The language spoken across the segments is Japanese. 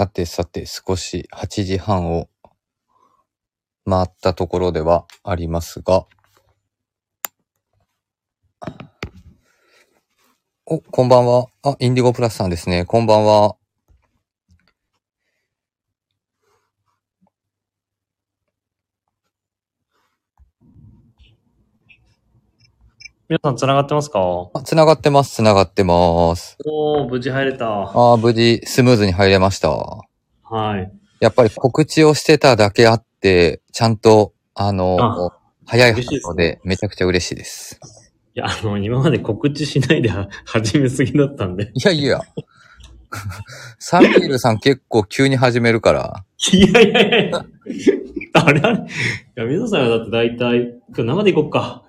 さてさて、少し8時半を回ったところではありますが、お、こんばんは。あ、インディゴプラスさんですね。こんばんは。 皆さん繋がってますか？ あ、つながってます。つながってます。 おー、無事入れた。 無事、スムーズに入れました。 はい。 やっぱり告知をしてただけあって、ちゃんと、早い嬉しいですね反応でめちゃくちゃ嬉しいです。 いや、今まで告知しないで始めすぎだったんで。 いやいや、サミールさん結構急に始めるから。 いやいやいやあれいや、水野さんはだって大体、今日生で行こっか。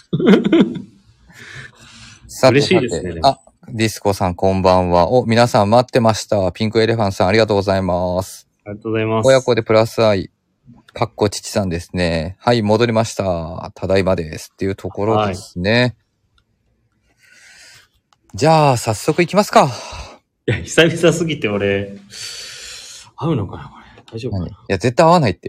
嬉しいですね。 あ、ディスコさんこんばんは。お、皆さん待ってました。ピンクエレファンさんありがとうございます。 ありがとうございます。 親子でプラス愛、かっこ父さんですね。はい、戻りました。ただいまです。っていうところですね。はい、じゃあ、早速行きますか。 いや、久々すぎて俺、合うのかなこれ。大丈夫かな。いや、絶対合わないって。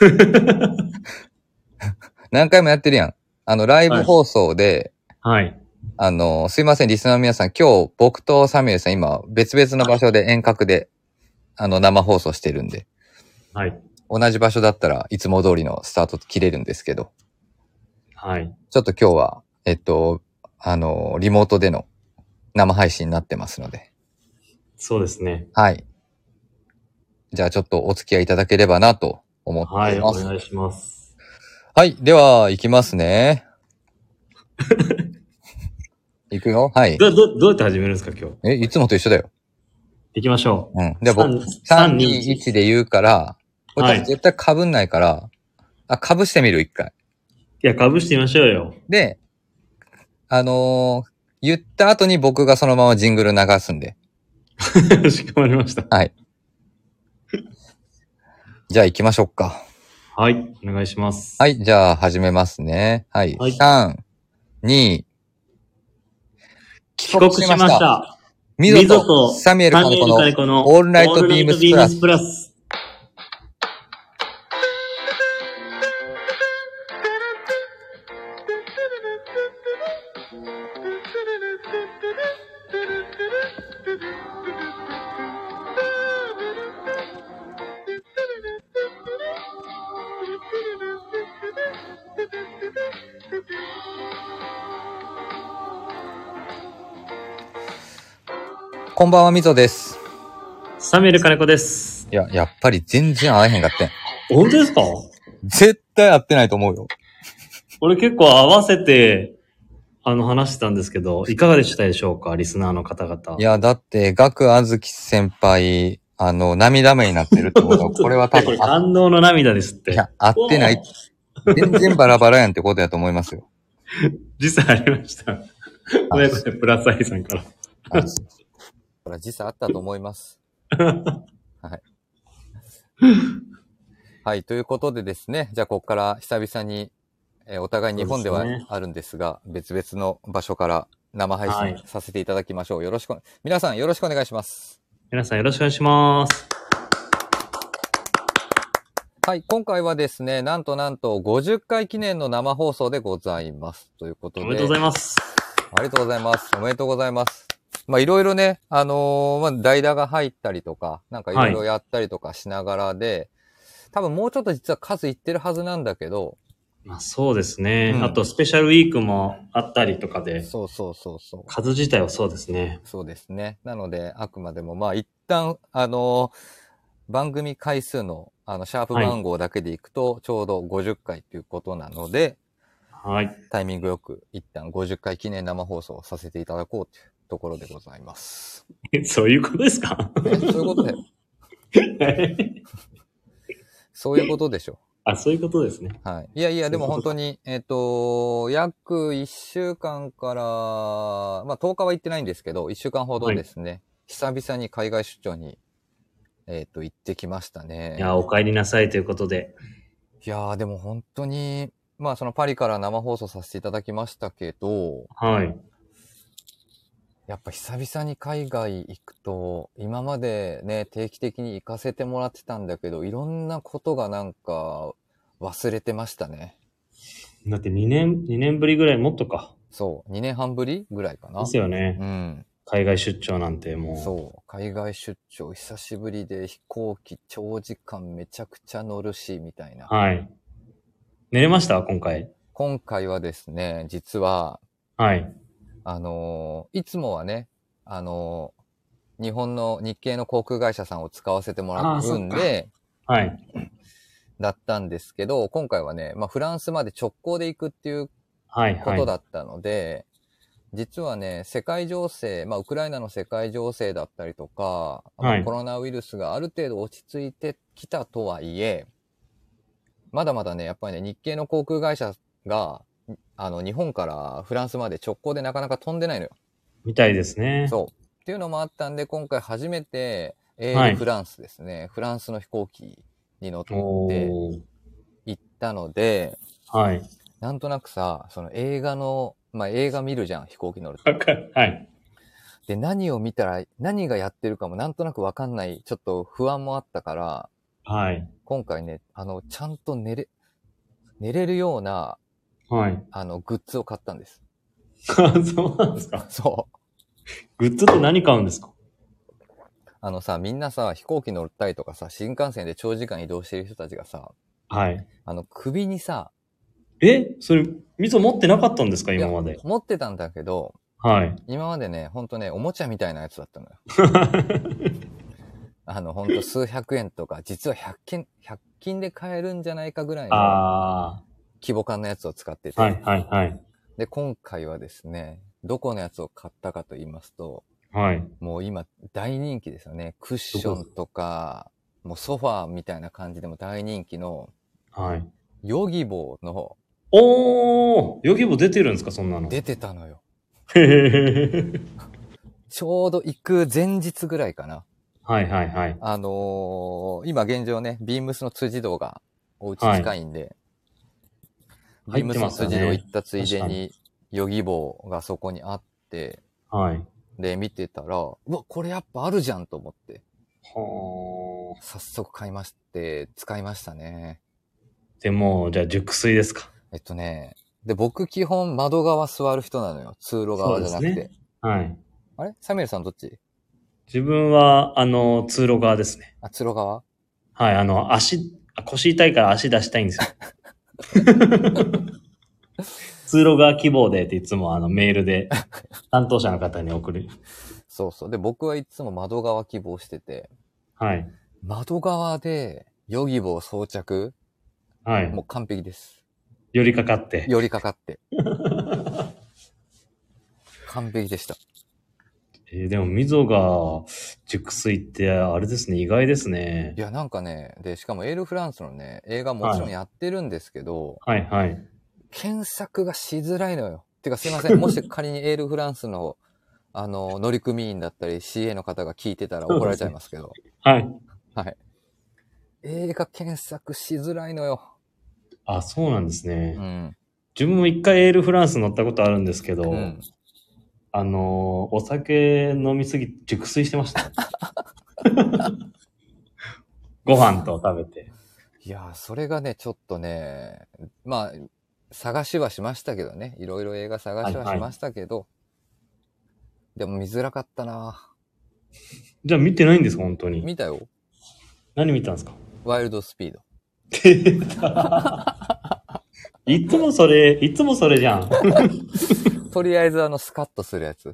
何回もやってるやん。ライブ放送で、 はい。 すいません、リスナーの皆さん、今日、僕とサミュエルさん、今、別々の場所で遠隔で、生放送してるんで。 はい。 同じ場所だったらいつも通りのスタート切れるんですけど。 はい。 ちょっと今日は、リモートでの生配信になってますので。 そうですね。 はい。じゃあちょっとお付き合いいただければなと思っています。 はい、お願いします。 はい。では、行きますね。行くよ。はい。 どうやって始めるんですか、今日。 いつもと一緒だよ。 行きましょう。 うん。で、僕、3、2、1で言うから、これ絶対被んないから、被してみる、一回。 いや、被してみましょうよ。 で、言った後に僕がそのままジングル流すんで。 しこまりました。 はい。じゃあ行きましょうか。 はい、お願いします。 はい、じゃあ始めますね。はい。はい、3、2、 帰国しました。 ミゾとサミュエル金子のオールナイトビームスプラス。こんばんは、みぞです。 サミュエル金子です。 いや、やっぱり全然合えへんかってん。 本当ですか？ 絶対合ってないと思うよ。 俺結構合わせて、話してたんですけど、いかがでしたでしょうか、リスナーの方々。 いや、だって、ガクアズキ先輩、涙目になってるってこと、これは多分。 これ感動の涙ですって。 いや、合ってない。全然バラバラやんってことやと思いますよ。 実際ありました。ごめんなさい、プラスアイさんから。 これ実際あったと思います。はい。はい、ということでですね、じゃあここから久々に、お互い日本ではあるんですが、別々の場所から生配信させていただきましょう。よろしく、皆さんよろしくお願いします。 皆さんよろしくお願いします。 はい、今回はですね、なんと50回記念の生放送でございます。ということで。 おめでとうございます。 ありがとうございます。おめでとうございます。まあいろいろね、代打が入ったりとか、なんかいろいろやったりとかしながらで、多分もうちょっと実は数いってるはずなんだけど。 まあそうですね。あとスペシャルウィークもあったりとかで。 そう。 数自体はそうですね。 そうですね。なので、あくまでもまあ一旦、番組回数の、シャープ番号だけでいくと、ちょうど50回ということなので、 はい。 タイミングよく一旦50回記念生放送をさせていただこうというところでございます。 そういうことですか？ そういうことだよ。そういうことでしょ。 あ、そういうことですね。 はい。いや、でも本当に、約1週間から、まあ10日は行ってないんですけど、1週間ほどですね、久々に海外出張に、行ってきましたね。 いや、お帰りなさいということで。 いやでも本当に、まあそのパリから生放送させていただきましたけど、 はい。 やっぱ久々に海外行くと、今までね、定期的に行かせてもらってたんだけど、いろんなことがなんか忘れてましたね。 だって2年ぶりぐらいもっとか。 そう、2年半ぶりぐらいかな。 ですよね。 うん。 海外出張なんてもう。 そう、海外出張久しぶりで飛行機長時間めちゃくちゃ乗るし、みたいな。 はい。寝れました今回。 今回はですね、実は、 はい。 いつもはね、日本の日系の航空会社さんを使わせてもらうんで、 はい。 だったんですけど、今回はね、まあ、フランスまで直行で行くっていうはい。 ことだったので、実はね、世界情勢、まあ、ウクライナの世界情勢だったりとか、まあ、コロナウイルスがある程度落ち着いてきたとはいえ、まだまだね、やっぱりね、日系の航空会社が、日本からフランスまで直行でなかなか飛んでないのよ。 みたいですね。 そう。っていうのもあったんで、今回初めて、エールフランスですね。フランスの飛行機に乗って行ったので、 はい。 なんとなくさ、その映画の、まあ、映画見るじゃん、飛行機乗ると。 はい。 で、何を見たら、何がやってるかもなんとなくわかんない、ちょっと不安もあったから、 はい。 今回ね、ちゃんと寝れるような、 はい。 グッズを買ったんです。 そうなんですか。 そう。 グッズって何買うんですか？ みんなさ、飛行機乗ったりとかさ、新幹線で長時間移動してる人たちがさ、 はい。 首にさ、 それ、みぞ持ってなかったんですか今まで。 持ってたんだけど、 はい。 今までね、ほんとね、おもちゃみたいなやつだったのよ。ほんと数百円とか、実は100均で買えるんじゃないかぐらいの規模感のやつを使ってて。 はい、はい、はい。 で、今回はですね、どこのやつを買ったかと言いますと、 はい。 もう今大人気ですよね。クッションとか、もうソファーみたいな感じでも大人気の、 はい。 ヨギボーの、 ヨギボー出てるんですかそんなの。 出てたのよ。 へへ。 ちょうど行く前日ぐらいかな。 はいはいはい。 今現状ね、ビームスの辻堂がお家近いんで、ビームスの辻堂行ったついでに、ヨギボーがそこにあって、 はい。 で、見てたら、うわ、これやっぱあるじゃんと思って。 はあ。 早速買いまして、使いましたね。 でも、じゃあ熟睡ですか。 で、僕基本窓側座る人なのよ。通路側じゃなくて。ね、 はい。 あれサミュエルさんどっち？ 自分は、通路側ですね。 あ、通路側？ はい、腰痛いから足出したいんですよ。通路側希望でっていつもメールで担当者の方に送る。 そうそう。で、僕はいつも窓側希望してて。 はい。 窓側でヨギボー装着。 はい。 もう完璧です。 寄りかかって。 完璧でした。 でも、みぞが熟睡ってあれですね、意外ですね。 いや、なんかね、で、しかもエールフランスのね、映画もちろんやってるんですけど、 はいはい。 検索がしづらいのよ。てかすいません。もし仮にエールフランスの、乗組員だったり CA の方が聞いてたら怒られちゃいますけど。 はい。 はい。映画検索しづらいのよ。 あ、そうなんですね。 うん。 自分も一回エールフランス乗ったことあるんですけど、 うん、 お酒飲みすぎ、熟睡してました。ご飯と食べて。 いやー、それがね、ちょっとね、まあ、探しはしましたけどね。いろいろ映画探しはしましたけど、でも見づらかったな。 じゃあ見てないんですか本当に。 見たよ。 何見たんですか？ ワイルドスピード。 いつもそれじゃん。 とりあえずスカッとするやつ。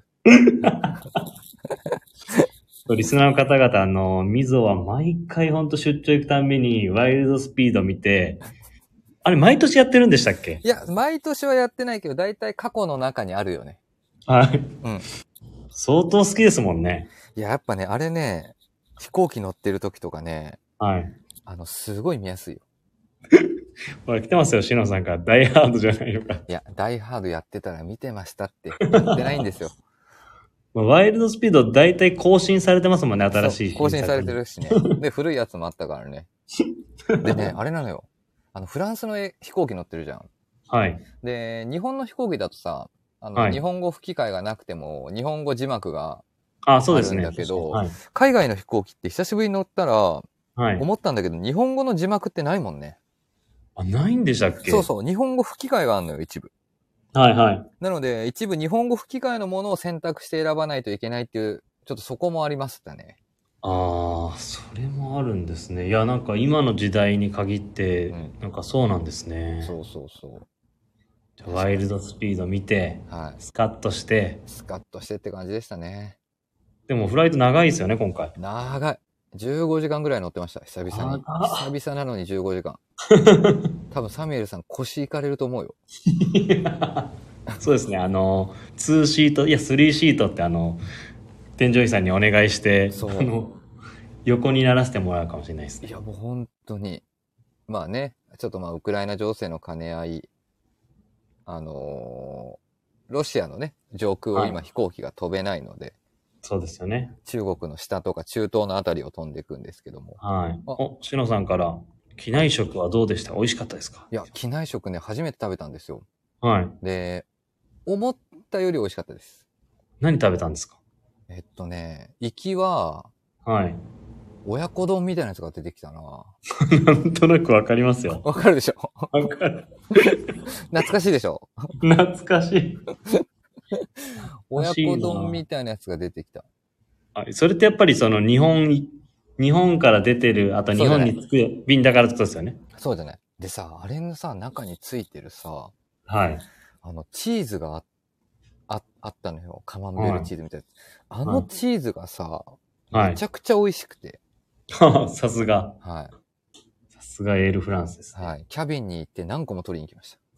リスナーの方々、みぞは毎回ほんと出張行くたんびにワイルドスピード見て、あれ毎年やってるんでしたっけ？ いや、毎年はやってないけど、だいたい過去の中にあるよね。 はい。 うん。 相当好きですもんね。 いや、やっぱね、あれね、飛行機乗ってる時とかね、 はい。 すごい見やすいよ。 ほら、来てますよ、シノさんから。ダイハードじゃないのか。 いや、ダイハードやってたら見てましたって言ってないんですよ。 ワイルドスピード大体更新されてますもんね、新しい。 更新されてるしね。で、古いやつもあったからね。でね、あれなのよ。フランスの飛行機乗ってるじゃん。 はい。 で、日本の飛行機だとさ、 はい日本語吹き替えがなくても、日本語字幕があ、そうですね。 あるんだけどはい。 海外の飛行機って久しぶりに乗ったら、 はい。 思ったんだけど、日本語の字幕ってないもんね。 あ、ないんでしたっけ？ そうそう、日本語吹き替えがあるのよ、一部。 はいはい。 なので、一部日本語吹き替えのものを選択して選ばないといけないっていう、ちょっとそこもありましたね。 ああ、それもあるんですね。いや、なんか今の時代に限って、なんかそうなんですね。 そうそうそう。 じゃあワイルドスピード見て、 はい。 スカッとして、 スカッとしてって感じでしたね。 でもフライト長いですよね、今回。 長い。15時間ぐらい乗ってました、久々に。 長久々なのに15時間。多分サミュエルさん腰いかれると思うよ。 そうですね、2シート、いや、3シートって添乗員さんにお願いして、 そう横にならせてもらうかもしれないですね。 いや、もう本当に。まあね、ちょっとウクライナ情勢の兼ね合い、ロシアのね、上空を今飛行機が飛べないので、 そうですよね。 中国の下とか中東のあたりを飛んでいくんですけども。 はい。お、しのさんから、機内食はどうでした？美味しかったですか？ いや、機内食ね、初めて食べたんですよ。 はい。 で、思ったより美味しかったです。 何食べたんですか？ 行きは、 はい。 親子丼みたいなやつが出てきたな。 なんとなくわかりますよ。 わかるでしょ？ わかる。 懐かしいでしょ？ 懐かしい。 親子丼みたいなやつが出てきた。 あ、それってやっぱりその日本から出てる、あと日本に着く便だからってことですよね。 そうじゃない。でさ、あれのさ、中についてるさ、 はい。 チーズがあったのよ。カマンベールチーズみたいな。 はいチーズがさ、 はいめちゃくちゃ美味しくて。 さすが。 はさすがエールフランスですい。 ね。 はい。キャビンに行って何個も取りに行きました。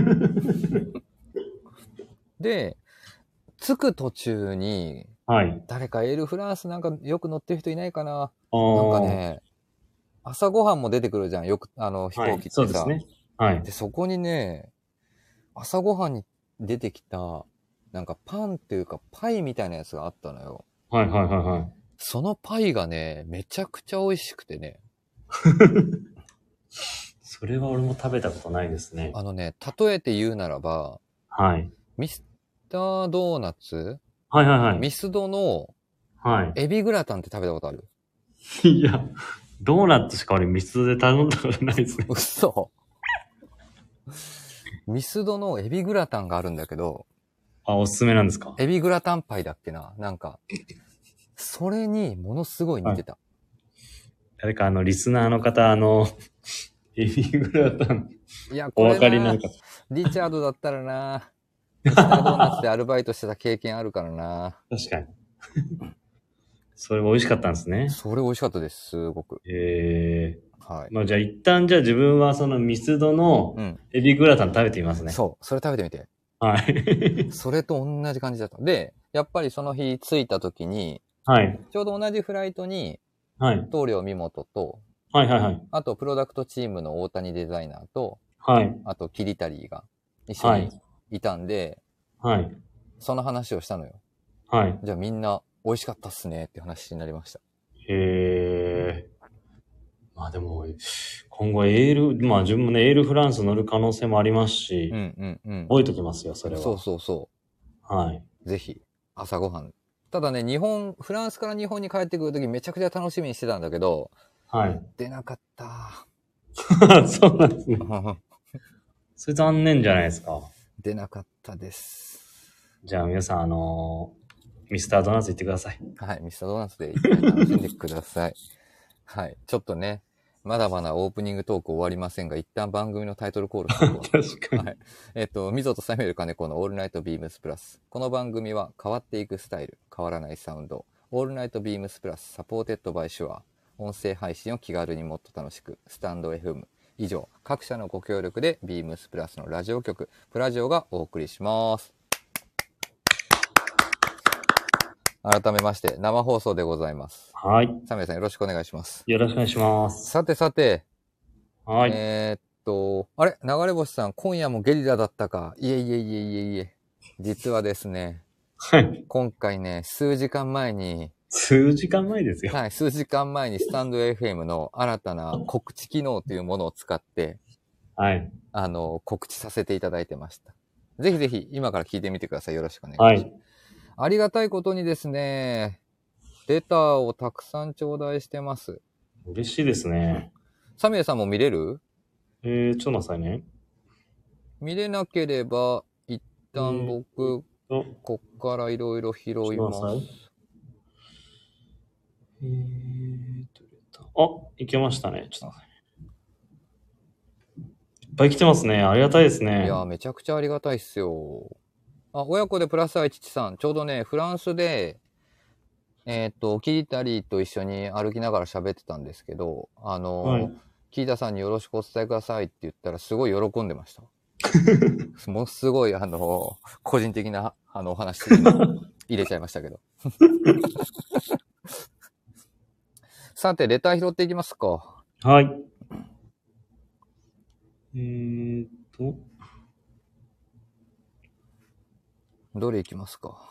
で、着く途中に、 はい。 誰かエールフランスなんかよく乗ってる人いないかな？ あーなんかね、朝ごはんも出てくるじゃん。よく、飛行機ってさ。 そうですね。はい。 で、そこにね、朝ごはんに出てきた、なんかパンっていうかパイみたいなやつがあったのよ。 はいはいはいはい。 そのパイがね、めちゃくちゃ美味しくてね。 それは俺も食べたことないですね。 例えて言うならば、 はい。 ミスタードーナツ、 はいはいはい。 ミスドのはい。 エビグラタンって食べたことある？ いや、ドーナツしか俺ミスドで頼んだことないですね。 嘘。ミスドのエビグラタンがあるんだけど、 あ、おすすめなんですか？ エビグラタンパイだっけな？なんか、それにものすごい似てた。 誰かリスナーの方、エビグラタン、 いや、 おこれ分かりになるか。 リチャードだったらな、ミスタードーナツでアルバイトしてた経験あるからな。 確かに。それ美味しかったんですね。 それ美味しかったです、すごく。はい。 まあじゃあ一旦じゃあ自分はそのミスドのエビグラタン食べてみますね。 そう、それ食べてみて。 はい。 それと同じ感じだった。で、やっぱりその日着いた時に、 はい。 ちょうど同じフライトに、 はい。 棟梁美本と、 はいはいはい。 あとプロダクトチームの大谷デザイナーと、 はい。 あとキリタリーが一緒にいたんで、 はい。 その話をしたのよ。 はい。 じゃあみんな美味しかったっすねって話になりました。 へー。まあでも、今後まあ自分もね、エールフランス乗る可能性もありますし、覚えときますよ、それは。 そうそうそう。はい。 ぜひ、朝ごはん。ただね、フランスから日本に帰ってくるときめちゃくちゃ楽しみにしてたんだけど、 はい。 出なかった。 そうなんですね。それ残念じゃないですか。 出なかったです。 じゃあ皆さん、ミスタードーナツ行ってください。 はい、ミスタードーナツで楽しんでください。はい。ちょっとね、まだまだオープニングトーク終わりませんが、一旦番組のタイトルコールしていこう。 確かに。 はい。ミゾとサミュエル金子のオールナイトビームスプラス。この番組は変わっていくスタイル、変わらないサウンド。オールナイトビームスプラス、サポーテッドバイシュア。音声配信を気軽にもっと楽しく。スタンド FM。以上、各社のご協力でビームスプラスのラジオ局、プラジオがお送りします。改めまして、生放送でございます。 はい。 サミュエルさんよろしくお願いします。 よろしくお願いします。 さてさて、 はい。 あれ流れ星さん、今夜もゲリラだったか？いえいえいえいえいえ。実はですね、 はい。 今回ね、数時間前に数時間前ですよ。 はい、数時間前にスタンド FM の新たな告知機能というものを使って、 はい。 告知させていただいてました。 ぜひぜひ今から聞いてみてください。よろしくお願いします。はい。ありがたいことにですね、レターをたくさん頂戴してます。 嬉しいですね。 サミュエルさんも見れる？ ちょっと待ってくださいね。 見れなければ、一旦僕、こっからいろいろ拾います。 あ、いけましたね。ちょっと待って。いっぱい来てますね。ありがたいですね。 いや、めちゃくちゃありがたいっすよ。あ、親子でプラス愛父さん。ちょうどね、フランスで、キリタリーと一緒に歩きながら喋ってたんですけど、はい、キータさんによろしくお伝えくださいって言ったらすごい喜んでました。ものすごい、個人的な、お話入れちゃいましたけど。さて、レター拾っていきますか。 はい。 どれいきますか。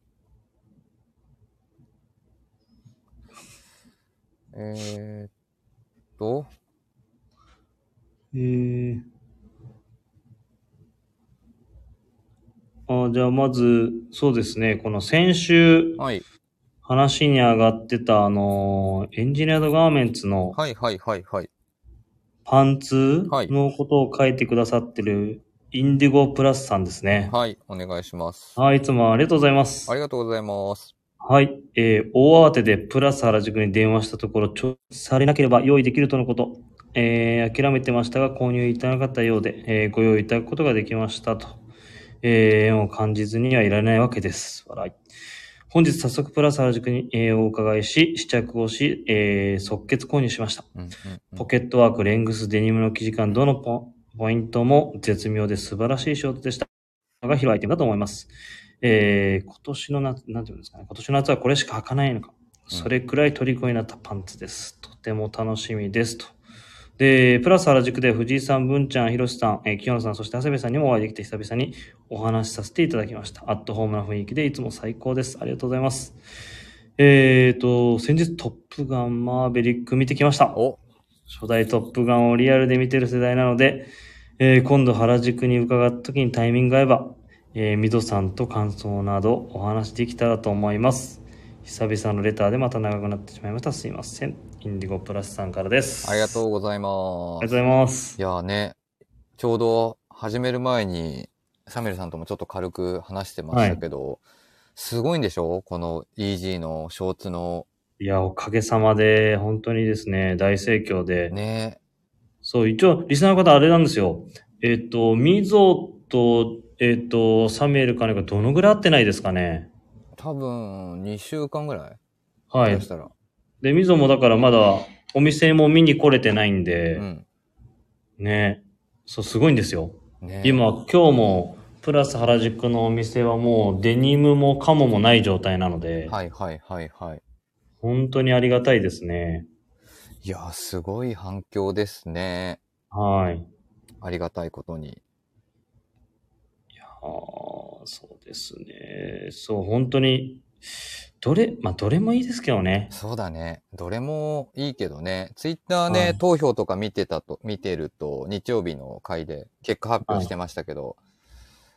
じゃあまず、そうですね、この先週、はい。話に上がってた、エンジニアドガーメンツの、 はいはいはいはい。 パンツのことを書いてくださってる、インディゴプラスさんですね。 はい、お願いします。 はい、いつもありがとうございます。 ありがとうございます。 はい、大慌てでプラス原宿に電話したところ、調査されなければ用意できるとのこと。諦めてましたが、購入いただかったようで、ご用意いただくことができましたと。縁を感じずにはいられないわけです。笑い。本日早速プラス原宿に、お伺いし、試着をし、即決購入しました。ポケットワーク、レングス、デニムの生地感、どのポイントも絶妙で素晴らしいショートでした。が広いアイテムだと思います。今年の夏、なんていうんですかね。今年の夏はこれしか履かないのか。それくらい虜になったパンツです。とても楽しみです。と。で、プラス原宿で藤井さん、文ちゃん、広瀬さん、清野さん、そして長谷部さんにもお会いできて久々にお話しさせていただきました。アットホームな雰囲気でいつも最高です。ありがとうございます。先日トップガンマーベリック見てきました。初代トップガンをリアルで見てる世代なので、今度原宿に伺った時にタイミングが合えば、ミドさんと感想などお話できたらと思います。久々のレターでまた長くなってしまいました。すいません。インディゴプラスさんからです。 ありがとうございます。 ありがとうございます。 いやね、ちょうど始める前に、サミュエルさんともちょっと軽く話してましたけど、はい、すごいんでしょこの EG のショーツの。 いや、おかげさまで、本当にですね、大盛況で。 ね。 そう、一応、リスナーの方あれなんですよ。ミゾと、サミュエル金がどのぐらい会ってないですかね。 多分、2週間ぐらい。 はい。で、ミゾもだからまだ、お店も見に来れてないんで、うん、ね。そう、すごいんですよ。ね、今日も、プラス原宿のお店はもうデニムもカモもない状態なので。 はいはいはいはい。 本当にありがたいですね。 いや、すごい反響ですね。 はい。 ありがたいことに。いやそうですね。そう、本当に、どれもいいですけどね。 そうだね。どれもいいけどね。ツイッターね、はい、投票とか見てると、日曜日の回で結果発表してましたけど、はい、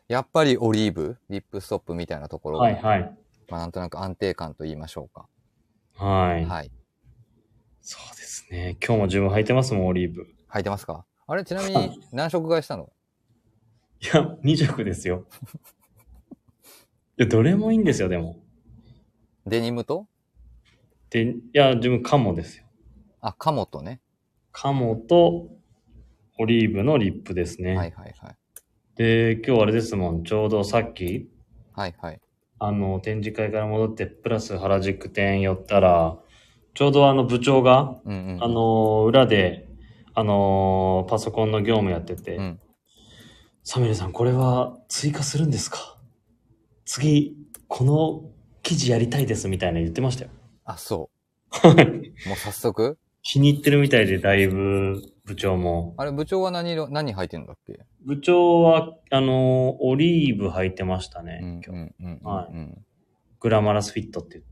やっぱりオリーブ、リップストップみたいなところが、はいはい。まあなんとなく安定感と言いましょうか。 はい。はい。そうですね。今日も自分履いてますもん、オリーブ。 履いてますか？あれ、ちなみに何色買いしたの？ いや、2色ですよ。いや、どれもいいんですよ、でも。 デニムと？ いや、自分カモですよ。 あ、カモとね。 カモと、オリーブのリップですね。 はいはいはい。 で、今日あれですもん、ちょうどさっき。 はいはい。 展示会から戻って、プラス原宿店寄ったら、ちょうど部長が、裏で、パソコンの業務やってて、うん、サミュエルさん、これは追加するんですか？次、この記事やりたいですみたいな言ってましたよ。 あ、そう。はい。もう早速気に入ってるみたいで、だいぶ、部長も。 あれ、部長は何履いてるんだっけ？ 部長は、オリーブ履いてましたね、今日。はい。グラマラスフィットって言って。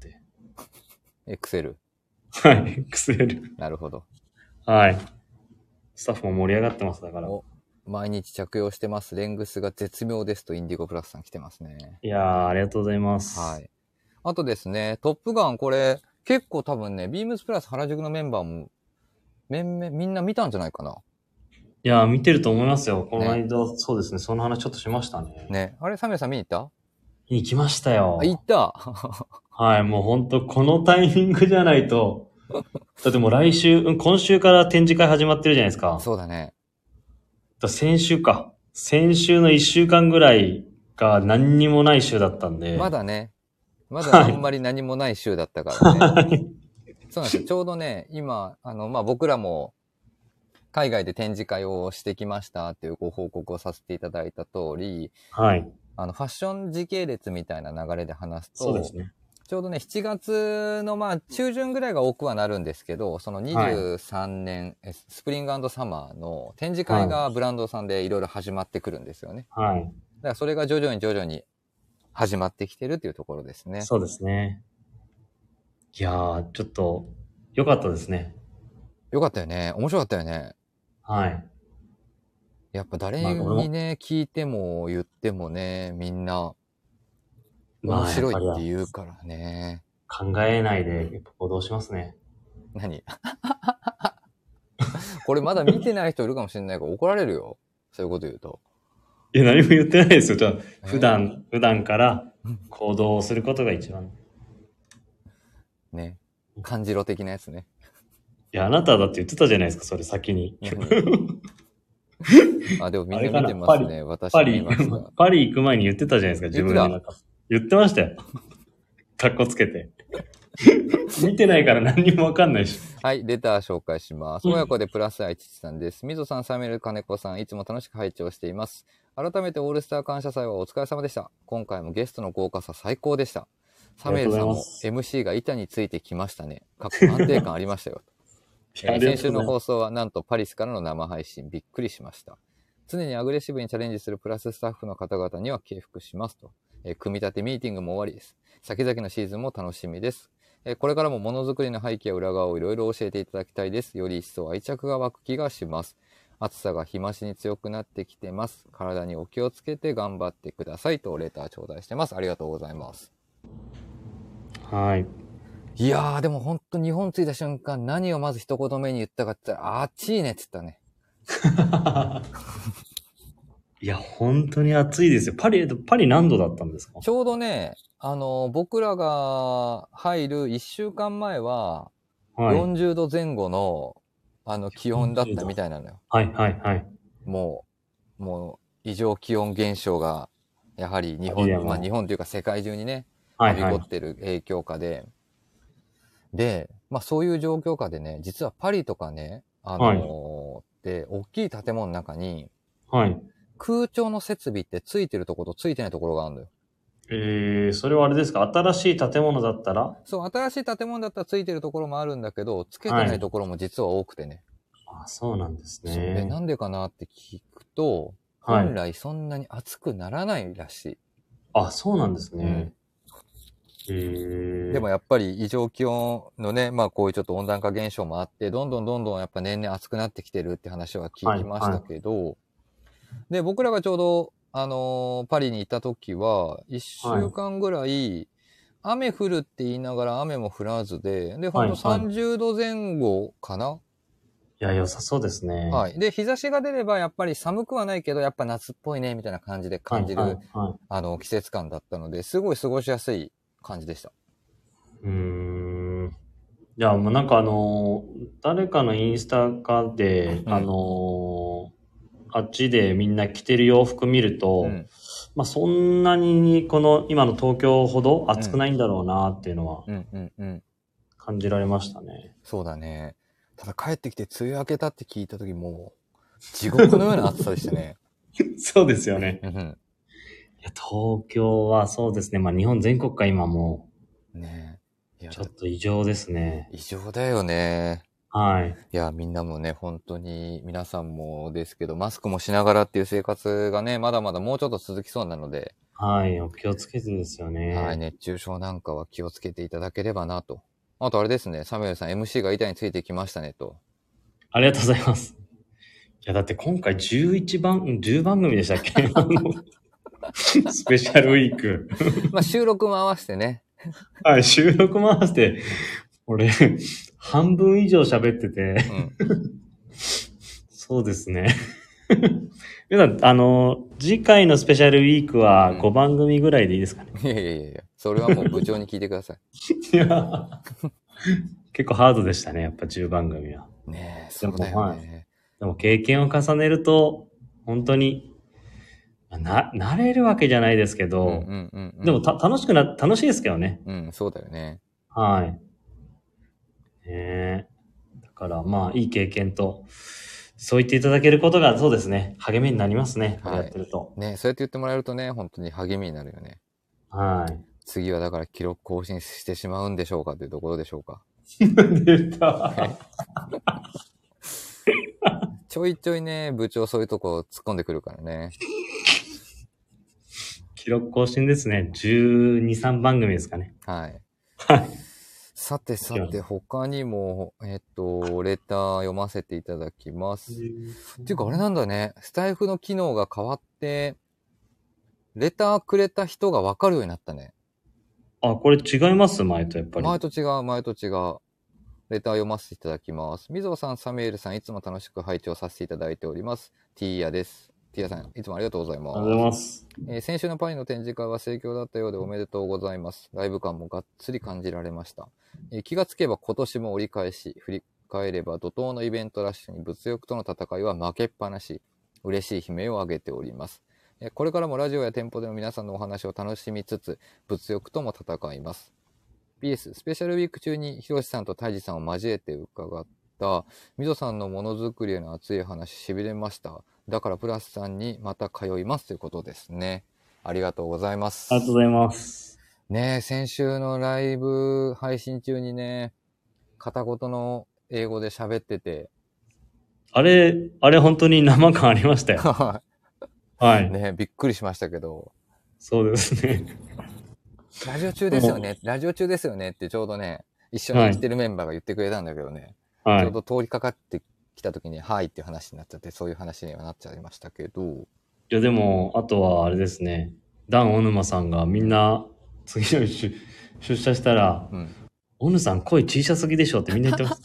XL。 はい、XL。 なるほど。 はい。スタッフも盛り上がってます、だから。 毎日着用してます。レングスが絶妙ですとインディゴプラスさん来てますね。 いやー、ありがとうございます。 はい。あとですね、トップガンこれ、結構多分ね、ビームスプラス原宿のメンバーも、みんな見たんじゃないかな。 いやー、見てると思いますよ。このね。 間、そうですね、その話ちょっとしましたね。 ね。あれ、サミュエルさん見に行った見に来ましたあ、 よ。 行った。 はい、もうほんとこのタイミングじゃないと、だってもう来週、今週から展示会始まってるじゃないですか。 そうだね。 先週か。先週の1週間ぐらいが何にもない週だったんで。 まだね。まだあんまり何もない週だったからね。そうなんですよ。ちょうどね、今、僕らも海外で展示会をしてきましたっていうご報告をさせていただいた通り、 はい。 ファッション時系列みたいな流れで話すと、 そうですね。 ちょうどね、7月の中旬ぐらいが多くはなるんですけど、その23年、スプリング&サマーの展示会がブランドさんでいろいろ始まってくるんですよね。 はい。 だからそれが徐々に始まってきてるっていうところですね。 そうですね。いやー、ちょっと、良かったですね。 よかったよね。面白かったよね。 はい。 やっぱ誰にね、聞いても言ってもね、みんな面白いって言うからね。 考えないで、やっぱ行動しますね。 何これまだ見てない人いるかもしれないから怒られるよ。そういうこと言うと。 いや、何も言ってないですよ。じゃあ、普段から行動をすることが一番。 ね。感じろ的なやつね。 いや、あなただって言ってたじゃないですか、それ先に。 あ、でもみんな見てますね。私見ました。 パリ行く前に言ってたじゃないですか、自分の中。言ってましたよ。かっこつけて。見てないから何にもわかんないし。 はい、レター紹介します。親子でプラス愛父さんです。みぞさん、サミュエル、金子さん、いつも楽しく拝聴しています。改めてオールスター感謝祭はお疲れ様でした。今回もゲストの豪華さ最高でした。サミュエルさんも MC が板についてきましたね。安定感ありましたよ。先週の放送はなんとパリスからの生配信、びっくりしました。常にアグレッシブにチャレンジするプラススタッフの方々には敬服しますと。組み立てミーティングも終わりです。先々のシーズンも楽しみです。これからもものづくりの背景や裏側をいろいろ教えていただきたいです。より一層愛着が湧く気がします。暑さが日増しに強くなってきてます。体にお気をつけて頑張ってくださいとレター頂戴してます。ありがとうございます。 はい。 いやー、でもほんと日本着いた瞬間何をまず一言目に言ったかって言ったら、暑いねって言ったね。 いや、本当に暑いですよ。パリ何度だったんですか？ ちょうどね、僕らが入る1週間前は、40度前後の、気温だったみたいなのよ。 はいはいはい。 もう、異常気温現象が、やはり日本、日本というか世界中にね、はびこってる影響下で、で、そういう状況下でね、実はパリとかね、で、大きい建物の中に、空調の設備ってついてるところとついてないところがあるのよ。 それはあれですか？新しい建物だったら？ そう、新しい建物だったらついてるところもあるんだけど、つけてないところも実は多くてね。 あ、そうなんですね。 で、なんでかなって聞くと、本来そんなに暑くならないらしい。 あ、そうなんですね。 でもやっぱり異常気温のね、こういうちょっと温暖化現象もあって、どんどんやっぱ年々暑くなってきてるって話は聞きましたけど、で、僕らがちょうど、パリに行った時は、1週間ぐらい、雨降るって言いながら雨も降らずで、で、ほんと30度前後かな？ いや、良さそうですね。 はい。で、日差しが出ればやっぱり寒くはないけど、やっぱ夏っぽいね、みたいな感じで感じる、季節感だったので、すごい過ごしやすい感じでした。 いや、もうなんか誰かのインスタかで、あっちでみんな着てる洋服見ると、そんなにこの今の東京ほど暑くないんだろうなっていうのは、感じられましたね。 そうだね。ただ帰ってきて梅雨明けたって聞いた時も、地獄のような暑さでしたね。 そうですよね。いや、東京はそうですね。日本全国か今もう。ねえ。ちょっと異常ですね。 異常だよね。 はい。 いや、みんなもね、本当に皆さんもですけど、マスクもしながらっていう生活がね、まだまだもうちょっと続きそうなので。 はい、お気をつけてですよね。 はい、熱中症なんかは気をつけていただければなと。あとあれですね、サミュエルさん MC が板についてきましたねと。 ありがとうございます。 や、だって今回10番組でしたっけスペシャルウィーク。 まあ収録も合わせてね。 はい、収録回して、俺、半分以上喋ってて、そうですね。皆さん、次回のスペシャルウィークは5番組ぐらいでいいですかね。 いやいやいやいや、それはもう部長に聞いてください。 いや、結構ハードでしたね、やっぱ10番組は。 ねえ、そうだよね。 でも経験を重ねると、本当に、慣れるわけじゃないですけど、でも楽しいですけどね。 うん、そうだよね。 はい。だからまあ、いい経験と、そう言っていただけることがそうですね、励みになりますね、これやってると。 ね、そうやって言ってもらえるとね、本当に励みになるよね。 はい。 次はだから記録更新してしまうんでしょうかというところでしょうか。 出た。 ちょいちょいね、部長そういうとこ突っ込んでくるからね。 記録更新ですね。12、3番組ですかね。 はい。 はい。 さてさて、他にも、レター読ませていただきます。っていうかあれなんだね、スタイフの機能が変わって、レターくれた人がわかるようになったね。 あ、これ違います前とやっぱり。 前と違う。レター読ませていただきます。みぞさん、サミュエルさん、いつも楽しく拝聴させていただいております。ティーヤです。ティーヤさん、いつもありがとうございます。 ありがとうございます。 先週のパリの展示会は盛況だったようでおめでとうございます。ライブ感もがっつり感じられました。気がつけば今年も折り返し、振り返れば怒涛のイベントラッシュに物欲との戦いは負けっぱなし、嬉しい悲鳴を上げております。これからもラジオや店舗での皆さんのお話を楽しみつつ、物欲とも戦います。PS、スペシャルウィーク中にひろしさんとタイジさんを交えて伺ったみぞさんのものづくりへの熱い話しびれました。だからプラスさんにまた通いますということですね。ありがとうございます。 ありがとうございます。 ねえ、先週のライブ配信中にね、片言の英語で喋ってて。 あれ本当に生感ありましたよ。はい。 ねえ、びっくりしましたけど。 そうですね。 ラジオ中ですよねってちょうどね、一緒に生きてるメンバーが言ってくれたんだけどね、はい、ちょうど通りかかってきた時に、はいっていう話になっちゃって、そういう話にはなっちゃいましたけど。いやでも、あとはあれですね、ダン・オヌマさんがみんな、次の日出社したら、オヌさん声小さすぎでしょってみんな言ってます。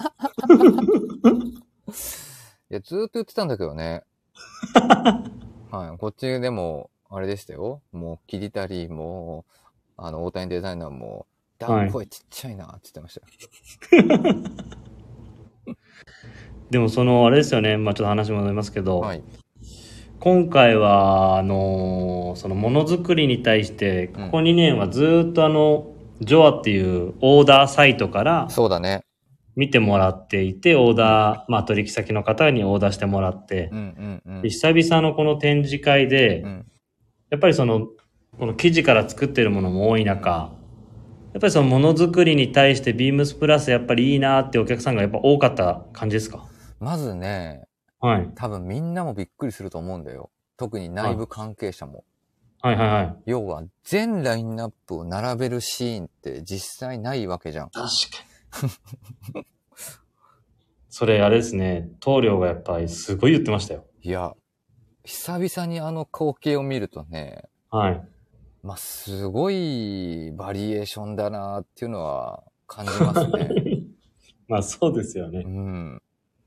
いや、ずーっと言ってたんだけどね。はい、こっちでも、あれでしたよ。もう、キリタリーも、大谷デザイナーも、ダン声ちっちゃいなって言ってましたよ。 でもあれですよね、まあちょっと話戻りますけど、はい、今回は、そのものづくりに対して、ここ2年はずっとジョアっていうオーダーサイトから、 そうだね。 見てもらっていて、オーダー、まあ取引先の方にオーダーしてもらって、で久々のこの展示会で、やっぱりこの生地から作ってるものも多い中、やっぱりそのものづくりに対してビームスプラスやっぱりいいなってお客さんがやっぱ多かった感じですか？ まずね、 はい。 多分みんなもびっくりすると思うんだよ。特に内部関係者も。 はいはいはい。 要は全ラインナップを並べるシーンって実際ないわけじゃん。 確かに。それあれですね、棟梁がやっぱりすごい言ってましたよ。 いや、久々にあの光景を見るとね、 はい。 まあ、すごいバリエーションだなっていうのは感じますね。 まあそうですよね。 うん。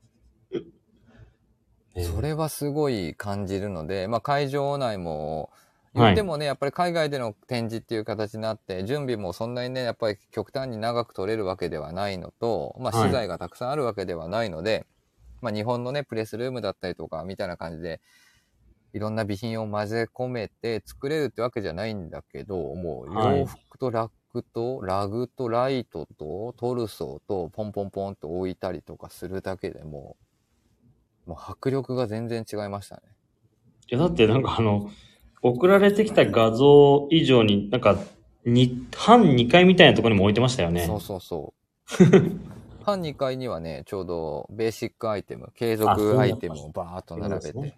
それはすごい感じるので、まあ会場内も、言ってもね、やっぱり海外での展示っていう形になって、準備もそんなにね、やっぱり極端に長く取れるわけではないのと、まあ資材がたくさんあるわけではないので、まあ日本のね、プレスルームだったりとか、みたいな感じで、いろんな備品を混ぜ込めて作れるってわけじゃないんだけど、もう洋服とラックとラグとライトとトルソーとポンポンポンと置いたりとかするだけでもう迫力が全然違いましたね。 いやだってなんか送られてきた画像以上になんか半2階みたいなところにも置いてましたよね。 そうそうそう。半2階にはね、ちょうどベーシックアイテム、継続アイテムをバーっと並べて。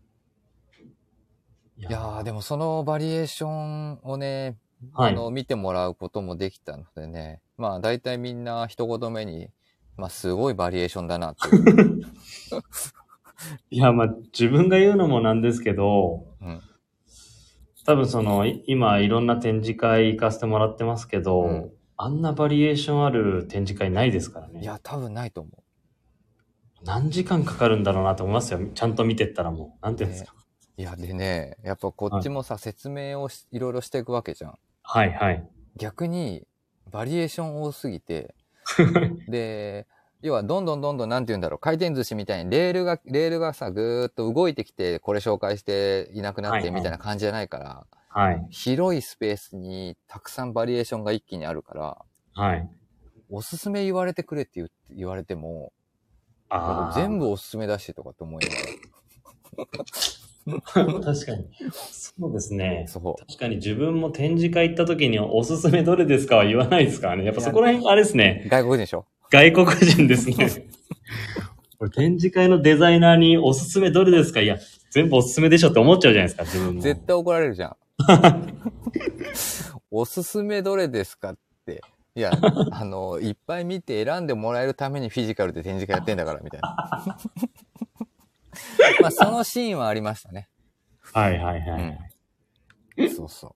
いやー、でもそのバリエーションをね、見てもらうこともできたのでね、まあ大体みんな一言目に、まあすごいバリエーションだなって。 いや、まあ、自分が言うのもなんですけど、 うん。 多分今いろんな展示会行かせてもらってますけど、 うん。 あんなバリエーションある展示会ないですからね。 いや、多分ないと思何時間かかるんだろうなと思いますよ。ちゃんと見てったらもう。なんう。ね。 ていうんですか。 いや、でね、やっぱこっはい。 ちもさ、説明をいろいろしていくわけじゃん。 はいはい。 逆に、バリエーション多すぎて、で、要はどんどんどんどんなんて言うんだろう、回転寿司みたいにレールがさ、ぐーっと動いてきて、これ紹介していなくなってみたいはいはい。 な感じじゃないから、 はい。 広いスペースにたくさんバリエーションが一気にあるから、 はい。 おすすめ言われてくれって言われても、いや、これあ全部おすすめだしとかって思いながら。 あ、確かに。そうですね。 そ確かに自分も展示会行った時におすすめどれですかは言わないですからね。やっう。いや、 ぱそこら辺あれですね。 外国人でしょ。 外国人ですね。これ展示会のデザイナーにおすすめどれですかいや、全部おすすめでしょって思っちゃうじゃないですか、自分も。 絶対怒られるじゃん。おすすめどれですかって。いや、いっぱい見て選んでもらえるためにフィジカルで展示会やってんだから、みたいな。まあ、そのシーンはありましたね。 はいはいはうい。 ん。そうそう。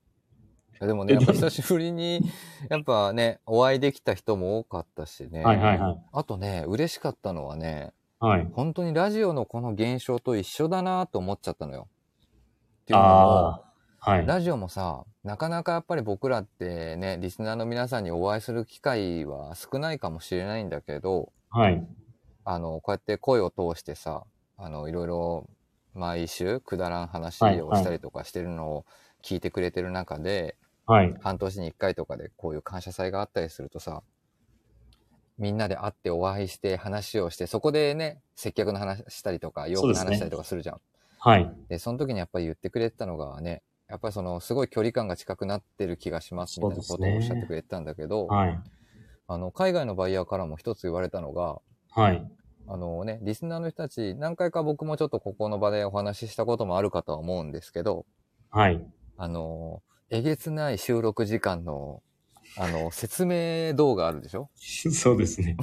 でもね、やっぱ久しぶりに、やっぱね、お会いできた人も多かったしはいね。 はいはい。 あとね、嬉しかったのはね、 はい。 本当にラジオのこの現象と一緒だなと思っちゃったのよ。っていうのも、 ああ、はい。 ラジオもさ、なかなかやっぱり僕らってね、リスナーの皆さんにお会いする機会は少ないかもしれないんだけど、 はい。 こうやって声を通してさ、いろいろ毎週くだらんはい。 話をしたはい。 りとかしてるのを聞いてくれてる中で、 はい。 半年に一回とかでこういう感謝祭があったりするとさ、みんなで会ってお会いして話をして、そこでね、接客の話したりとか、洋そうですね。 服の話したりとかするじゃん。 はい。 で、その時にやっぱり言ってくれてたのがね、やっぱりすごい距離感が近くなってる気がしますみたいなそうですことをおっしゃってくね。 れてたんだけど、 はい。 海外のバイヤーからも一つ言われたのが、 はい。 リスナーの人たち、何回か僕もちょっとここの場でお話ししたこともあるかとは思うんですけど、 はい。 あの、えげつない収録時間の、説明動画あるでしょ。 そうですね。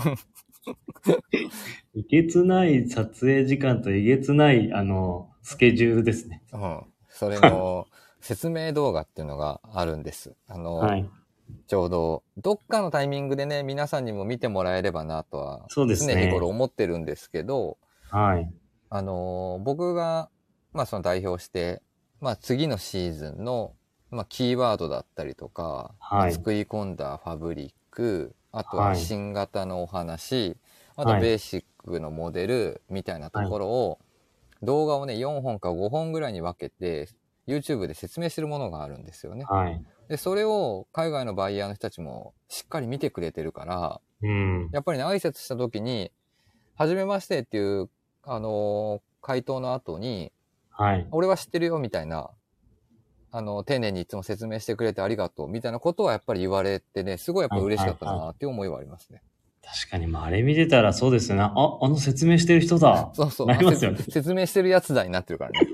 えげつない撮影時間とえげつない、スケジュールですね。 うん。それの説明動画っていうのがあるんです。 はい。 ちょうど、どっかのタイミングでね、皆さんにも見てもらえればなとは、 そうです常日頃ね。 思ってるんですけど、 はい。 僕が、まあその代表して、まあ次のシーズンの、まあキーワードだったりとか、まあ、 はい。 作り込んだファブリック、あとははい。 新型のお話、あとははい。 ベーシックのモデルみたいなとはい。 ころを、動画をね、4本か5本ぐらいに分けて、YouTube で説明してるものがあるんですよね。 はい。 で、それを海外のバイヤーの人たちもしっかり見てくれてるから、 うん。 やっぱりね、挨拶した時に、はじめましてっていう、回答の後に、 はい。 俺は知ってるよみたいな、丁寧にいつも説明してくれてありがとうみたいなことはやっぱり言われてね、すごいやっぱはい。 嬉しかったはい。はい。 なっていう思いはありますね。 確かに、まあ、あれ見てたらそうですよね。あの説明してる人だ。 そうそう、 なりますよね。 説明してるやつだになってるからね。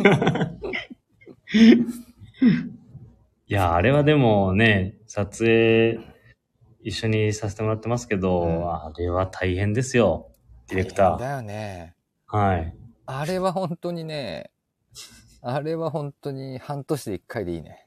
いや、あれはでもね、撮影一緒にさせてもらってますけど、 うん。 あれは大変ですよ。ディレクタ大変だよね。 ー。はい。 あれは本当にね、あれは本当に半年で1回でいいね。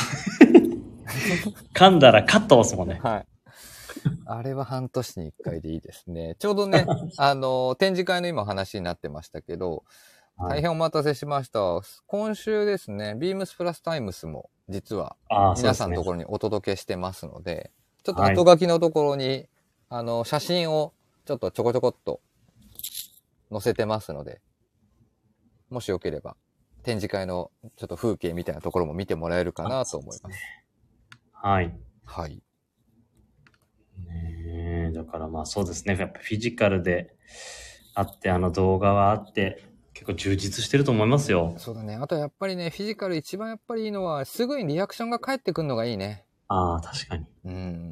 噛んだらカット押すもんね。 はい。あれは半年に1回でいいですね。ちょうどね、展示会の今話になってましたけど、 はい。 大変お待たせしました。今週ですね、ビームスプラスタイムスも実はああ、そうですね。 皆さんのところにお届けしてますので、ちょっとはい。 後書きのところに、写真をちょっとちょこちょこっと載せてますので、もしよければ展示会のちょっと風景みたいなところも見てもらえるかあ、 なとそうですね。 思います。 はい。 はい。 ねえ、だからまあそうですね。やっぱフィジカルであって、あの動画はあって、結構充実してると思いますよ。 そうだね。あとやっぱりね、フィジカル一番やっぱりいいのは、すぐにリアクションが返ってくるのがいいね。 ああ、確かに。 うん。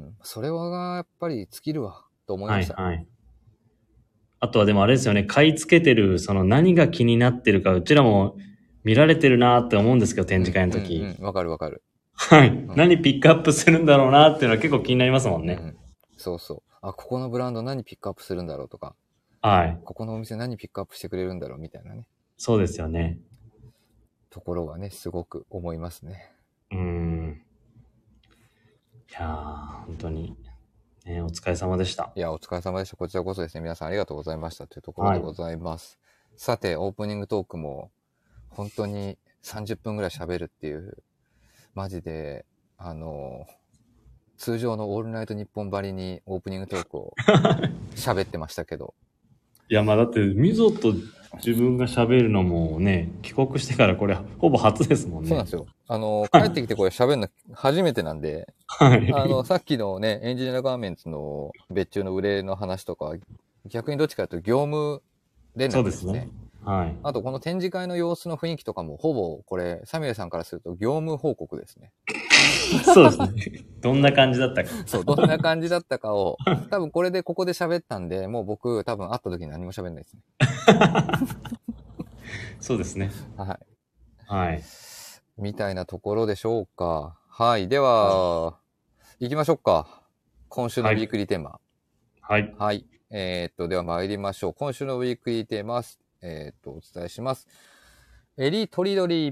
それはやっぱり尽きるわ、と思いました。 はいはい。あとはでもあれですよね、買い付けてる、その何が気になってるか、うちらも見られてるなって思うんですけど、展示うん、うん、 会の時。 うん。わかるわかる。 はい。 うん、 何ピックアップするんだろうなっていうのは結構気になりますもんね。 うん。そうそう。あ、ここのブランド何ピックアップするんだろうとか。 はい。 ここのお店何ピックアップしてくれるんだろうみたいなね、 そうですよね。 ところはね、すごく思いますね。 いやー、本当に、ね、お疲れ様でした。 いや、お疲れ様でした。こちらこそですね、皆さんありがとうございましたというところはい。 でございます。さて、オープニングトークも、本当に30分ぐらい喋るっていう、マジで、通常のオールナイトニッポンばりにオープニングトークを喋ってましたけど、 いや、まあだって、みぞと自分が喋るのもね、帰国してからこれ、ほぼ初ですもんね。 そうなんですよ。帰ってきてこれ喋るの初めてなんで、 はい。 さっきのね、エンジニアガーメンツの別注の売れの話とか、逆にどっちかというと業務連そう絡ですね。 ですね。はい。 あと、この展示会の様子の雰囲気とかも、ほぼこれ、サミュエルさんからすると業務報告ですね。 そうですね。どんな感じだったか。 そう、どんな感じだったかを、多分これでここで喋ったんで、もう僕、多分会った時に何も喋んないですね。 そうですね。 はい。 はい。 みたいなところでしょうか。はい。では、行きましょうか。今週のウィークリーテーマ。 はい。 はい。では参りましょう。今週のウィークリーテーマ、お伝えします。エリトリドリ。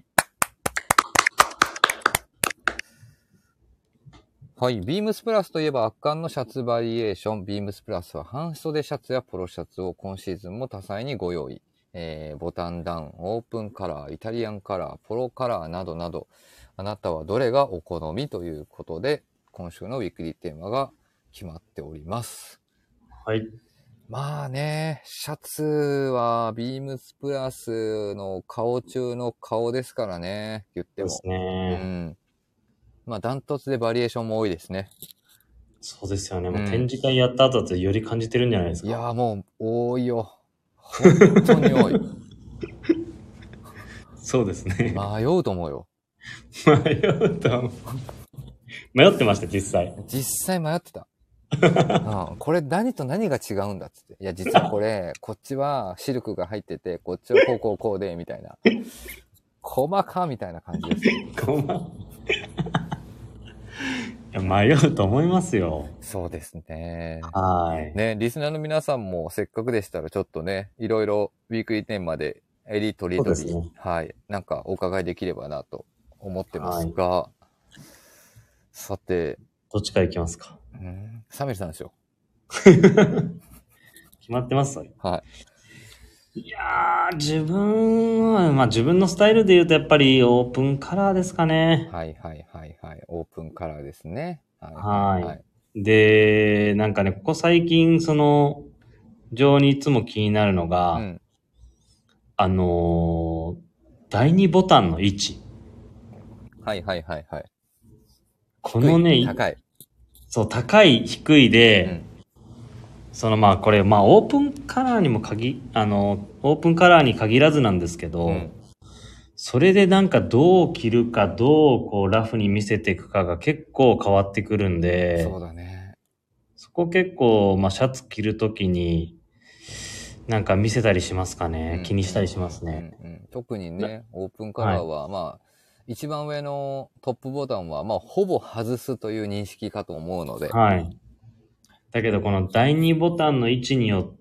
はい。ビームスプラスといえば圧巻のシャツバリエーション。ビームスプラスは半袖シャツやポロシャツを今シーズンも多彩にご用意。ボタンダウン、オープンカラー、イタリアンカラー、ポロカラーなどなど、あなたはどれがお好みということで、今週のウィークリーテーマが決まっております。 はい。 まあね、シャツはビームスプラスの顔中の顔ですからね、言っても。 そうですね。 うん。まあダントツでバリエーションも多いですね。 そうですよね。もう展示会やった後だとより感じてるんじゃないですか。 いやーもう多いよ。本当に多い。 そうですね。 迷うと思うよ。 迷ってました、実際。 実際迷ってた。うん、これ何と何が違うんだっつって。いや、実はこれ、こっちはシルクが入ってて、こっちはこうこうこうで、みたいな。細かみたいな感じです。 いや迷うと思いますよ。 そうですね。 はい。 ね、リスナーの皆さんもせっかくでしたらちょっとね、いろいろウィークリーテーマでエリトリドリ、 そうですね。 はい、なんかお伺いできればなと思ってますが、さて、 どっちから行きますか。 サミルさんですよ。 決まってますそれ。 はい。 いやー、自分は、まあ自分のスタイルで言うとやっぱりオープンカラーですかね。 はいはいはいはい。オープンカラーですね。はいはいはい。 で、なんかね、ここ最近、非常にいつも気になるのが、 うん。 第2ボタンの位置。 はいはいはいはい。 このね、 高い。 そう、高い、低いで、まあこれ、まあオープンカラーに限らずなんですけど、それでなんかどう着るか、どうこうラフに見せていくかが結構変わってくるんで、 そうだね。 そこ結構、まあシャツ着るときに、なんか見せたりしますかね。気にしたりしますね。 特にね、オープンカラーは、まあ、一番上のトップボタンは、まあ、ほぼ外すという認識かと思うので。 はい。だけど、この第2ボタンの位置によって、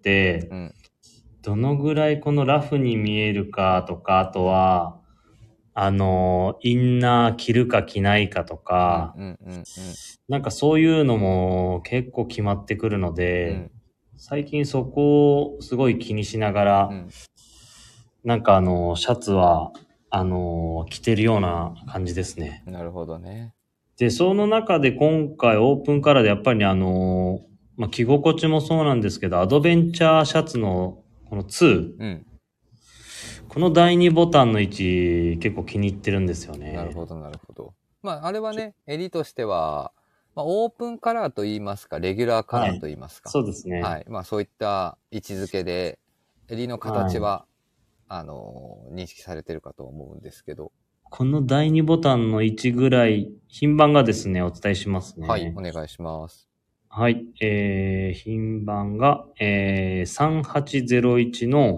どのぐらいこのラフに見えるかとか、あとは、インナー着るか着ないかとか、なんかそういうのも結構決まってくるので、最近そこをすごい気にしながら、なんかシャツは、着てるような感じですね。 なるほどね。 で、その中で今回オープンカラーでやっぱりね、まあ、着心地もそうなんですけど、アドベンチャーシャツのこの2、この第2ボタンの位置結構気に入ってるんですよね。 なるほど、なるほど。まあ、あれはね、襟としては、まあ、オープンカラーと言いますか、レギュラーカラーと言いますか。 そうですね。 はい。まあ、そういった位置づけで、襟の形は、認識されてるかと思うんですけど。 この第2ボタンの位置ぐらい、品番がですね、お伝えしますね。 はい、お願いします。 はい、品番が、3801の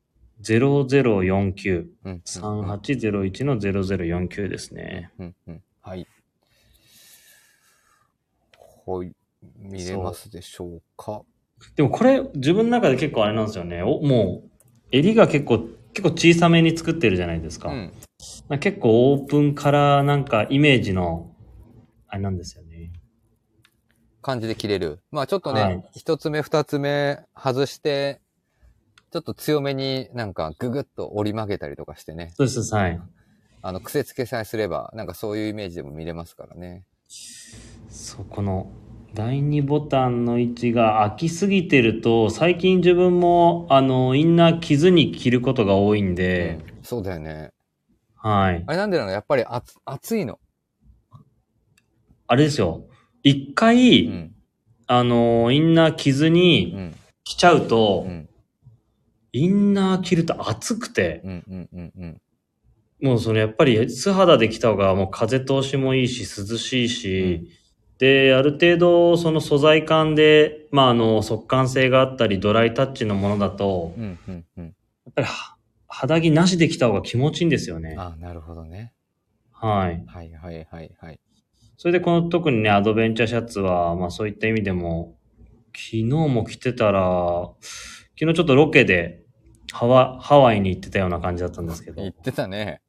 0049。3801の0049ですね。 はい。はい、見れますでしょうか。 でもこれ、自分の中で結構あれなんですよね。もう、襟が結構小さめに作ってるじゃないですか。 うん。 結構オープンカラーなんかイメージの、あれなんですよね。 感じで切れる。まあちょっとね、 はい。 一つ目、二つ目外して、ちょっと強めになんかググッと折り曲げたりとかしてね。 そうです、はい。 癖付けさえすれば、なんかそういうイメージでも見れますからね。 そう、この第2ボタンの位置が空きすぎてると、最近自分も、インナー着ずに着ることが多いんで、 うん。そうだよね。 はい。 あれなんでなのやっぱり暑いの。 あれですよ。一回、 うん。 インナー着ずにうん。 着ちゃうと、 うん。 インナー着ると暑くて、 うん。うん。うん。うん。 もうやっぱり素肌で着た方がもう風通しもいいし、涼しいし、 うんで、ある程度その素材感で、速乾性があったり、ドライタッチのものだと、 うん。うん。うん。 やっぱり肌着なしで着た方が気持ちいいんですよね。 あ、なるほどね。 はい。 はいはいはいはい。 それでこの特にね、アドベンチャーシャツは、そういった意味でも、昨日も着てたら、昨日ちょっとロケでハワイに行ってたような感じだったんですけど、 言ってたね。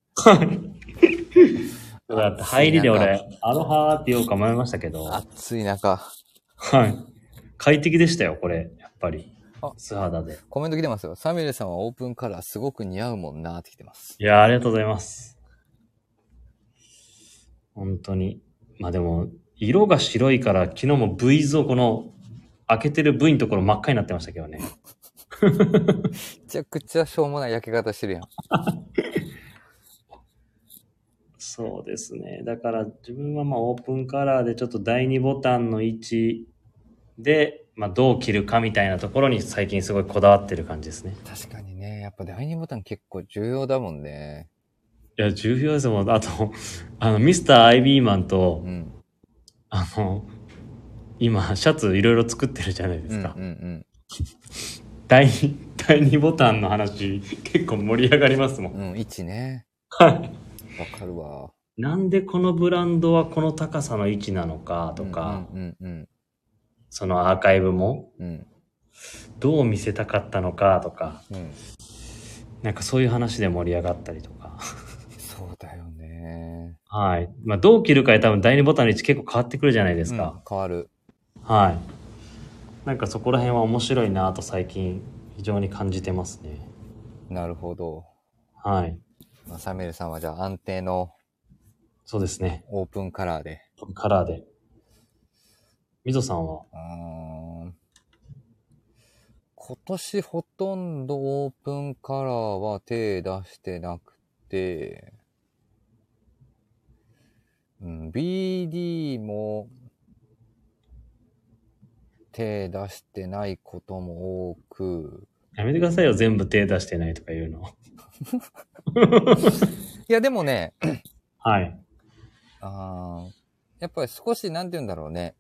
だって暑い入りで中。 俺、アロハーって言おうか迷いましたけど、 暑い中。 はい。快適でしたよ、これ。やっぱり。 あ、 素肌で。 コメント来てますよ。サミュエルさんはオープンカラーすごく似合うもんなーって来てます。 いやー、ありがとうございます。本当に。でも、色が白いから、昨日も V 図を開けてる V のところ真っ赤になってましたけどね。 めちゃくちゃしょうもない焼け方してるやん。 そうですね。だから自分はオープンカラーでちょっと第2ボタンの位置で、どう着るかみたいなところに最近すごいこだわってる感じですね。 確かにね、やっぱ第二ボタン結構重要だもんね。 いや、重要ですもん。あと、ミスターアイビーマンと、 うん。 あの、今、シャツいろいろ作ってるじゃないでうんうんうすか。 ん。 第2ボタンの話、結構盛り上がりますもん。 うん、位置ね。 はい。 わかるわ。 なんでこのブランドはこの高さの位置なのかうんうんとか、 うんうん。 そのアーカイブもうん。 どう見せたかったのかとか、 うん。 なんかそういう話で盛り上がったりとか。 そうだよね。 はい。どう着るかで多分第2ボタンの位置結構変わってくるじゃないですうん、 か。 変わる。 はい。なんかそこら辺は面白いなと最近非常に感じてますね。 なるほど。 はい。 サミュエルさんはじゃあ安定のそうですね。 オープンカラーで。 カラーで。みぞさんは？ 今年ほとんどオープンカラーは手出してなくて、うん、BD も手出してないことも多く、 やめてくださいよ、全部手出してないとか言うの。 いやでもね、 はい。 やっぱり少しなんて言うんだろうね。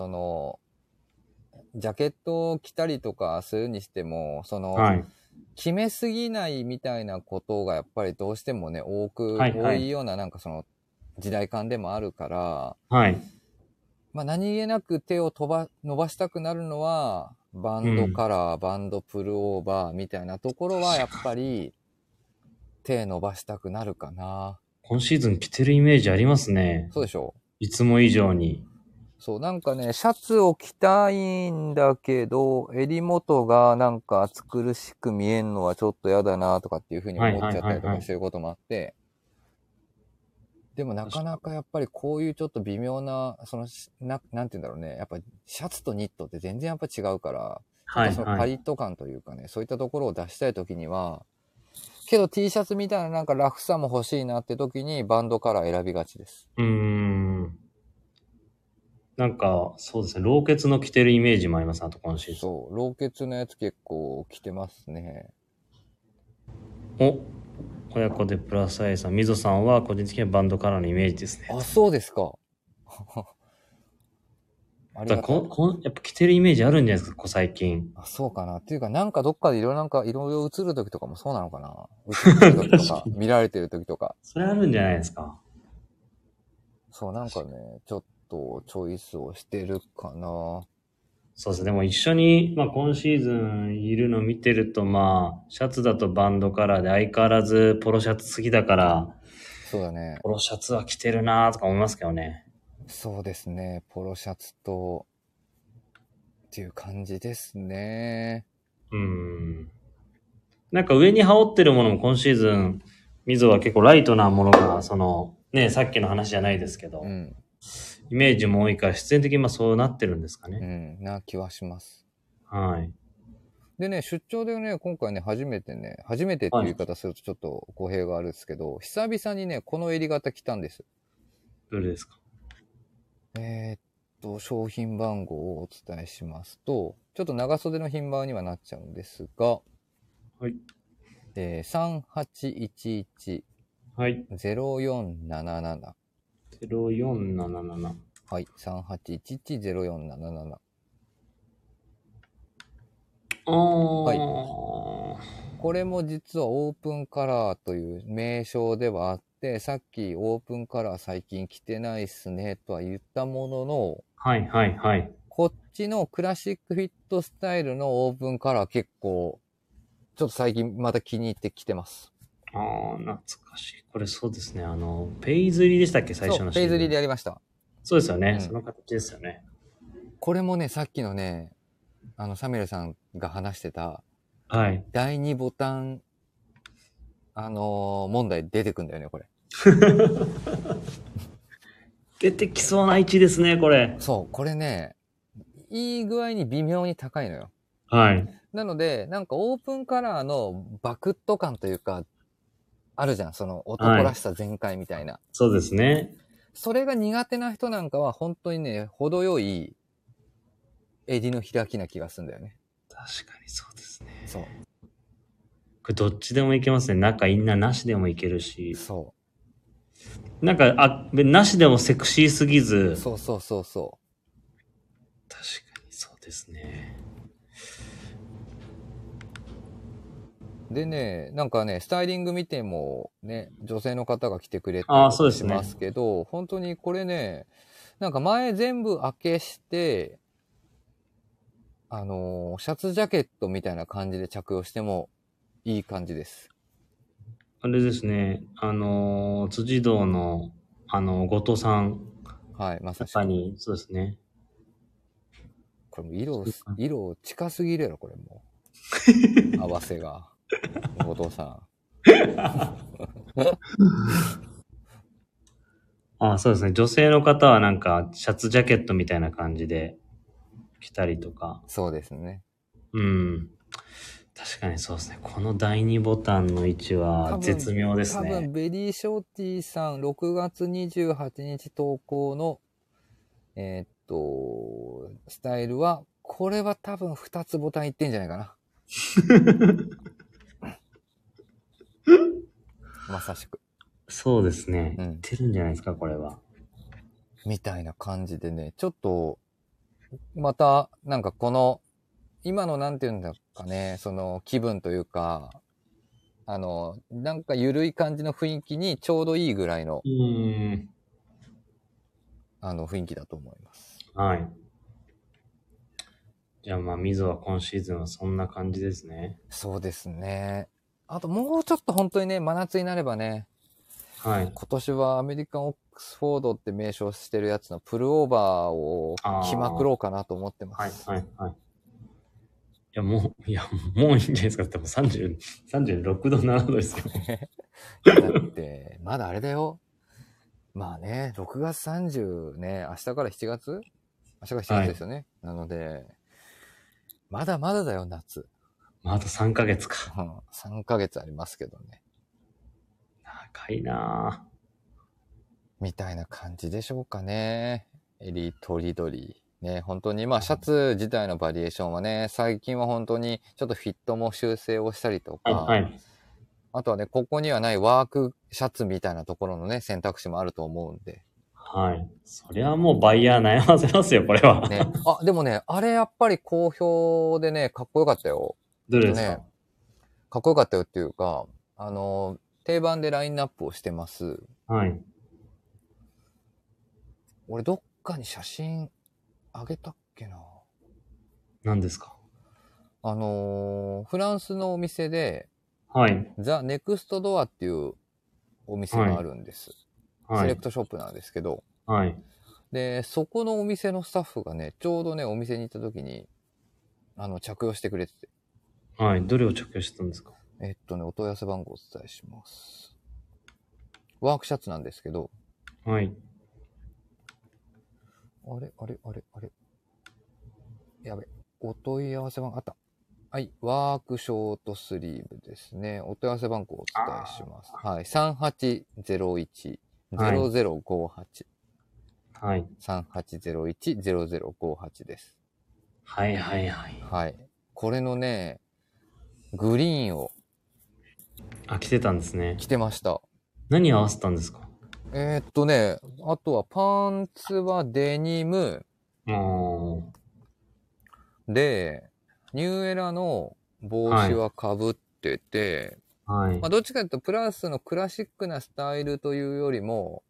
ジャケットを着たりとかするにしても、 はい。 決めすぎないみたいなことがやっぱりどうしてもね、 はいはい。 多いようななんか時代感でもあるから、 はい。 何気なく手を伸ばしたくなるのは、バンドうん。 カラー、バンドプルオーバーみたいなところはやっぱり手伸ばしたくなるかな。 今シーズン着てるイメージありますね。 そうでしょう。 いつも以上に。 そう、なんかね、シャツを着たいんだけど、襟元がなんか暑苦しく見えんのはちょっと嫌だなとかっていうふうにはいはい思っちゃったりとはいはい。 かしてることもあって、でもなかなかやっぱりこういうちょっと微妙な、なんて言うんだろうね。やっぱシャツとニットって全然やっぱ違うから、ちょっとそのはいはい。 パリッと感というかね、そういったところを出したいときには、けど T シャツみたいななんかラフさも欲しいなって時にバンドカラー選びがちです。 うーん。なんか、そうですね。老血の着てるイメージもあります、あと今シーズン。 そう、老血のやつ結構着てますね。 お、親子でプラスアイさん、みぞさんは個人的にはバンドカラーのイメージですね。 あ、そうですか。ありだからがたい。 やっぱ着てるイメージあるんじゃないですか、最近。 あ、そうかな。っていうか、なんかどっかでいろいろ映る時とかもそうなのかな。映ってる時とか、 確かに。 見られてる時とか。 それあるんじゃないですか。 そう、なんかね、ちょっとチョイスをしてるかな。 そうですね。でも一緒に、まあ今シーズンいるの見てると、まあ、シャツだとバンドカラーで相変わらずポロシャツ好きだから、 そうだね。 ポロシャツは着てるなーとか思いますけどね。 そうですね。ポロシャツと、っていう感じですね。 なんか上に羽織ってるものも今シーズン、ミゾは結構ライトなものが、ね、さっきの話じゃないですけど、 うん。 イメージも多いから必然的にまあそうなってるんですかね。 うん。な気はします。 はい。 でね、出張でね、今回ね、初めてっていう言いはい。 方するとちょっと語弊があるんですけど、久々にね、この襟型着たんです。 どれですか？ 商品番号をお伝えしますと、ちょっと長袖の品番にはなっちゃうんですが、 はい。 3811-0477。 はい。0477。 はい、3811-0477。 あはい。 ー。 これも実はオープンカラーという名称ではあって、さっきオープンカラー最近着てないっすねとは言ったものの、 はいはいはい。 こっちのクラシックフィットスタイルのオープンカラー結構、ちょっと最近また気に入ってきてます。 あー、懐かしい。これそうですね。ペイズリーでしたっけ最初そう、ペイズリーのシーズン。 でやりました。 そうですよね。そうん。 の形ですよね。 これもね、さっきのね、サミュエルさんが話してた、 はい。 第2ボタン、問題出てくんだよね、これ。 出てきそうな位置ですね、これ。 そう、これね、いい具合に微妙に高いのよ。 はい。 なので、なんかオープンカラーのバクッと感というか、あるじゃん。その男はい。 らしさ全開みたいな。 そうですね。 それが苦手な人なんかは本当にね、程よい襟の開きな気がするんだよね。 確かにそうですね。 そこれどっちでもいけますね。中インナーなしでもいけるう。 し。 そなんか、なしでもセクシーすぎう。 ず。 そうそうそうそ確かにそうですね。 う。でね、なんかね、スタイリング見てもね、女性の方が来てくれたああ、 りとそうですね。 かしますけど、本当にこれね、なんか前全部開けして、シャツジャケットみたいな感じで着用してもいい感じです。 あれですね。辻堂の、後藤さんはい、まさしく。 中に、そうですね。 これもそう色近すぎるやろ、これもう。合わせが。後藤さん。 あ、そうですね。女性の方はなんか、シャツジャケットみたいな感じで着たりとか。 そうですね。 うん。確かにそうですね。この第2ボタンの位置は絶妙ですね。 ベリーショーティーさん、6月28日投稿の、スタイルは、これは多分2つボタンいってんじゃないかな。まさしく。 そうですね。いっうん。 てるんじゃないですか、これは。 みたいな感じでね、ちょっと、また、なんかこの、今のなんていうんだかね、その気分というか、なんか緩い感じの雰囲気にちょうどいいぐらいの、 うーん。 雰囲気だと思います。 はい。じゃあまあ、みぞは今シーズンはそんな感じですね。 そうですね。あともうちょっと本当にね、真夏になればね、 はい。 今年はアメリカンオックスフォードって名称してるやつのプルオーバーをあ着まくあ。 ろうかなと思ってまはい、 す。 はい、はい。いや、もういいんじゃないですか。多分30、36度、7度ですよ。 いや、だって、まだあれだよ。まあね、6月30ね、明日から7月明日から7 はい。 月ですよね。なので、まだまだだよ、夏。 まあ、あと3ヶ月か。 うん、3ヶ月ありますけどね。 長いなぁ。 みたいな感じでしょうかね。襟とりどり。ね、本当に、まあ、シャツ自体のバリエーションはね、最近は本当にちょっとフィットも修正をしたりとはい、はか、 い。 あとはね、ここにはないワークシャツみたいなところのね、選択肢もあると思うんで。 はい。そりゃもうバイヤー悩ませますよ、これは。 ね。あ、でもね、あれやっぱり好評でね、かっこよかったよ。 どれですか？ かっこよかったよっていうか、定番でラインナップをしてます。 はい。 俺どっかに写真あげたっけな。 何ですか？ フランスのお店で、 はい。 ザ・ネクストドアっていうお店があるんです。 はい。 セレクトショップなんですけど、 はい。 で、そこのお店のスタッフがね、ちょうどね、お店に行った時に、着用してくれてて。 はい。どれを着用してたんですか？ お問い合わせ番号をお伝えします。ワークシャツなんですけど、 はい。 あれやべ。お問い合わせ番号あった。はい。ワークショートスリーブですね。お問い合わせ番号をお伝えします。はい。 はい。 3801-0058。 はい。 3801-0058です。 はいはいはい。 はい。これのね、グリーンをあ、着てたんですね。 着てました。 何合わせたんですか？ あとはパンツはデニムで、ニューエラの帽子は被ってて、 はい。 まあどっちかというとプラスのクラシックなスタイルというよりも、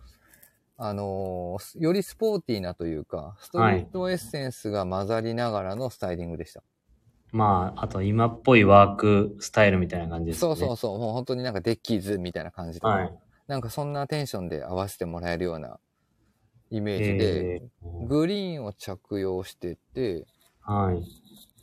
よりスポーティーなというか、ストリートエッセンスが混ざりながらのスタイリングでした。 まあ、あと今っぽいワークスタイルみたいな感じですそよね。 うそうそう、もう本当になんかデッキーズみたいな感じとか、なんかそんなテンションで合わせてもらえるようなイメージで、グリーンを着用してて、 はい。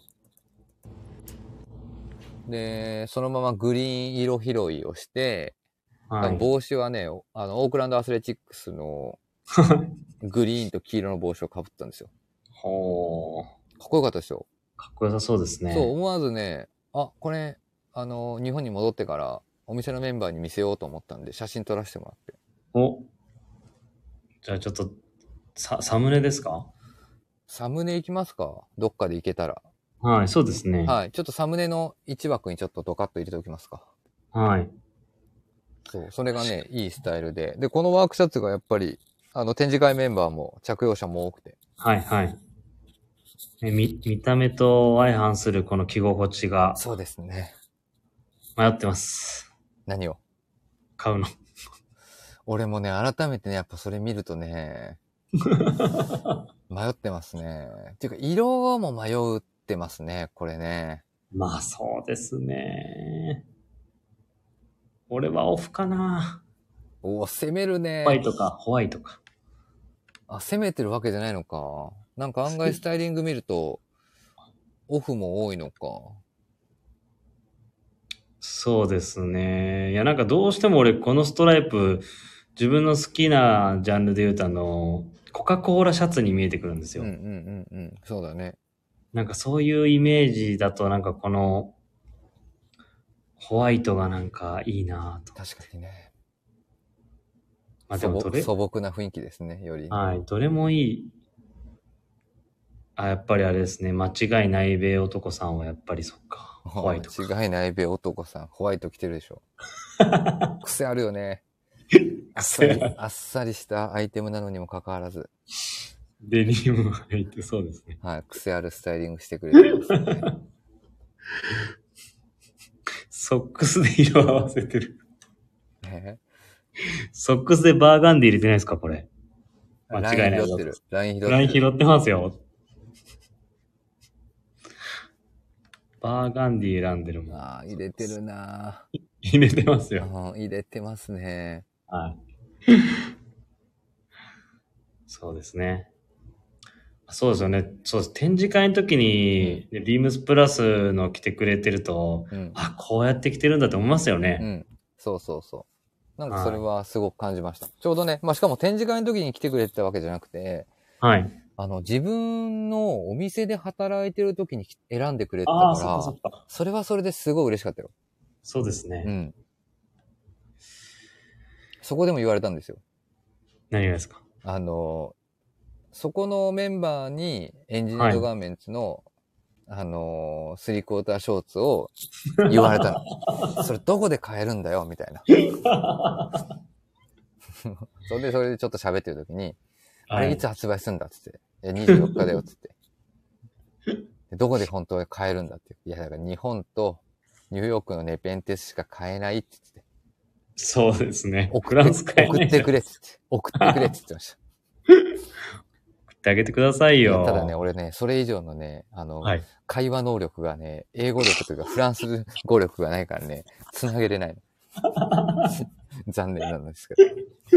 で、そのままグリーン色拾いをして、 はい。 帽子はね、オークランドアスレチックスのグリーンと黄色の帽子をかぶったんですよ。 ほー。 かっこよかったですよ。 かっこよさそうですそう、 ね。 思わずね、あ、これ、日本に戻ってから、お店のメンバーに見せようと思ったんで、写真撮らせてもらって。 お、じゃあちょっと、サムネですか？ サムネ行きますか？どっかで行けたら。 はい、そうですね。 はい。ちょっとサムネの一枠にちょっとドカッと入れておきますか。 はい。 そう、それがね、いいスタイルで。で、このワークシャツがやっぱり、展示会メンバーも着用者も多くて。 はい、はい。見た目と相反するこの着心地がそうですね。 迷ってます。 何を？ 買うの。 俺もね、改めてね、やっぱそれ見るとね、迷ってますね。っていうか、色も迷ってますね、これね。 まあそうですね。俺はオフかな。 おー、攻めるね。 ホワイトか、ホワイトか。 あ、攻めてるわけじゃないのか。なんか案外スタイリング見ると、オフも多いのか。 そうですね。いや、なんかどうしても俺、このストライプ、自分の好きなジャンルで言うとコカ・コーラシャツに見えてくるんですよ。 うんうんうんうん。そうだね。 なんかそういうイメージだと、なんかこの、ホワイトがなんかいいなぁと。 確かにね。 まあでも素朴な雰囲気ですね、よりね。 はい、どれもいい。あ、やっぱりあれですね。間違いない米男さんはやっぱりそっか。ホワイトか。 間違いないべ男さん。ホワイト着てるでしょ。癖あるよね。あっさりしたアイテムなのにもかかわらず。 デニム入ってそうですね。 はい。癖あるスタイリングしてくれてますね。 ソックスで色合わせてる。 ね、 ソックスでバーガンディ入れてないですかこれ。間ラ違いないぞ。 イン拾ってる。ライン拾ってる。 ライン拾ってますよ。バーガンディ選んでるもん。 ああ、入れてるな入れてますよ。 入れてますね。 はい。そうですね。そうですよね。そうです。展示会の時に、ビームスプラスの着てくれてると、 うん。 あ、こうやって着てるんだと思いますよね。 うん。そうそうそう。なんかそれはい。 はすごく感じました。ちょうどね、まあしかも展示会の時に来てくれてたわけじゃなくて、 はい。 自分のお店で働いてる時に選んでくれてたああ、そっかそから、 っか。 それはそれですごい嬉しかったよ。 そうですね。 うん。そこでも言われたんですよ。 何がですか？ そこのメンバーにエンジニアードガーメンツの、スリークォーターショーツを言われたの。それどこで買えるんだよみたいな。それでちょっと喋ってる時に、あれいつ発売するんだっつって。いや、24日だよっつって。どこで本当に買えるんだって。いや、だから日本とニューヨークのネペンテスしか買えないって言ってて。 そうですね。 送フランス買えないじゃん。 ってくれって言って。送ってくれって言ってました。 送ってってあげてくださいよ。 ただね、俺ね、それ以上のね、 はい。 会話能力がね、英語力というかフランス語力がないからね、つなげれないの。残念なんですけど。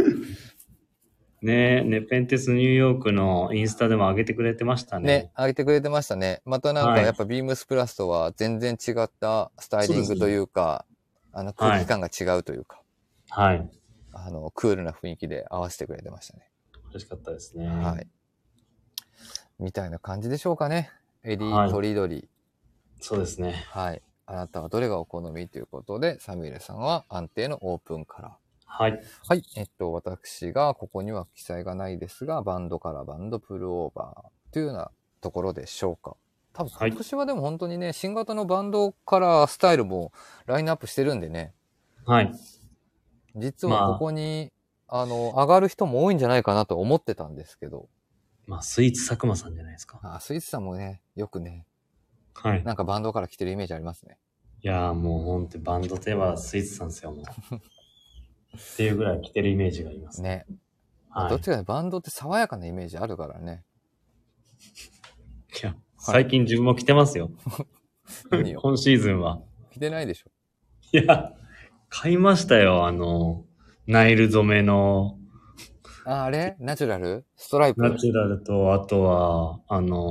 ねペンテスニューヨークのインスタでも上げてくれてましたね。 ね、上げてくれてましたね。またなんはいかやっぱビームスプラスとは全然違ったスタイリングというか、空気感が違うというか、 はい。 クールな雰囲気で合わせてくれてましたね。 嬉しかったですね。 はい。みたいな感じでしょうかね。襟とりどり。 そうですね。 はい。あなたはどれがお好みということで、サミュエルさんは安定のオープンカラー。 はい。 はい。私が、ここには記載がないですが、バンドからバンドプルオーバーというようなところでしょうか。多分今年はでも本当にね、新型のバンドカラースタイルもラインナップしてるんでね。 はい。 実はここに、上がる人も多いんじゃないかなと思ってたんですけど。 スイーツ佐久間さんじゃないですか。 スイーツさんもね、よくね、 はい。 なんかバンドから来てるイメージありますね。 いやーもうほんとバンドといえばスイーツさんですよ、もう。っていうぐらい来てるイメージがありますね。 はい。 どっちかね、バンドって爽やかなイメージあるからね。 いや、最近自分も来てますよ。 何よ。 今シーズンは。 来てないでしょ。 いや、買いましたよ、ナイル染めの。 あれナチュラルストライプナチュラルと、あとは、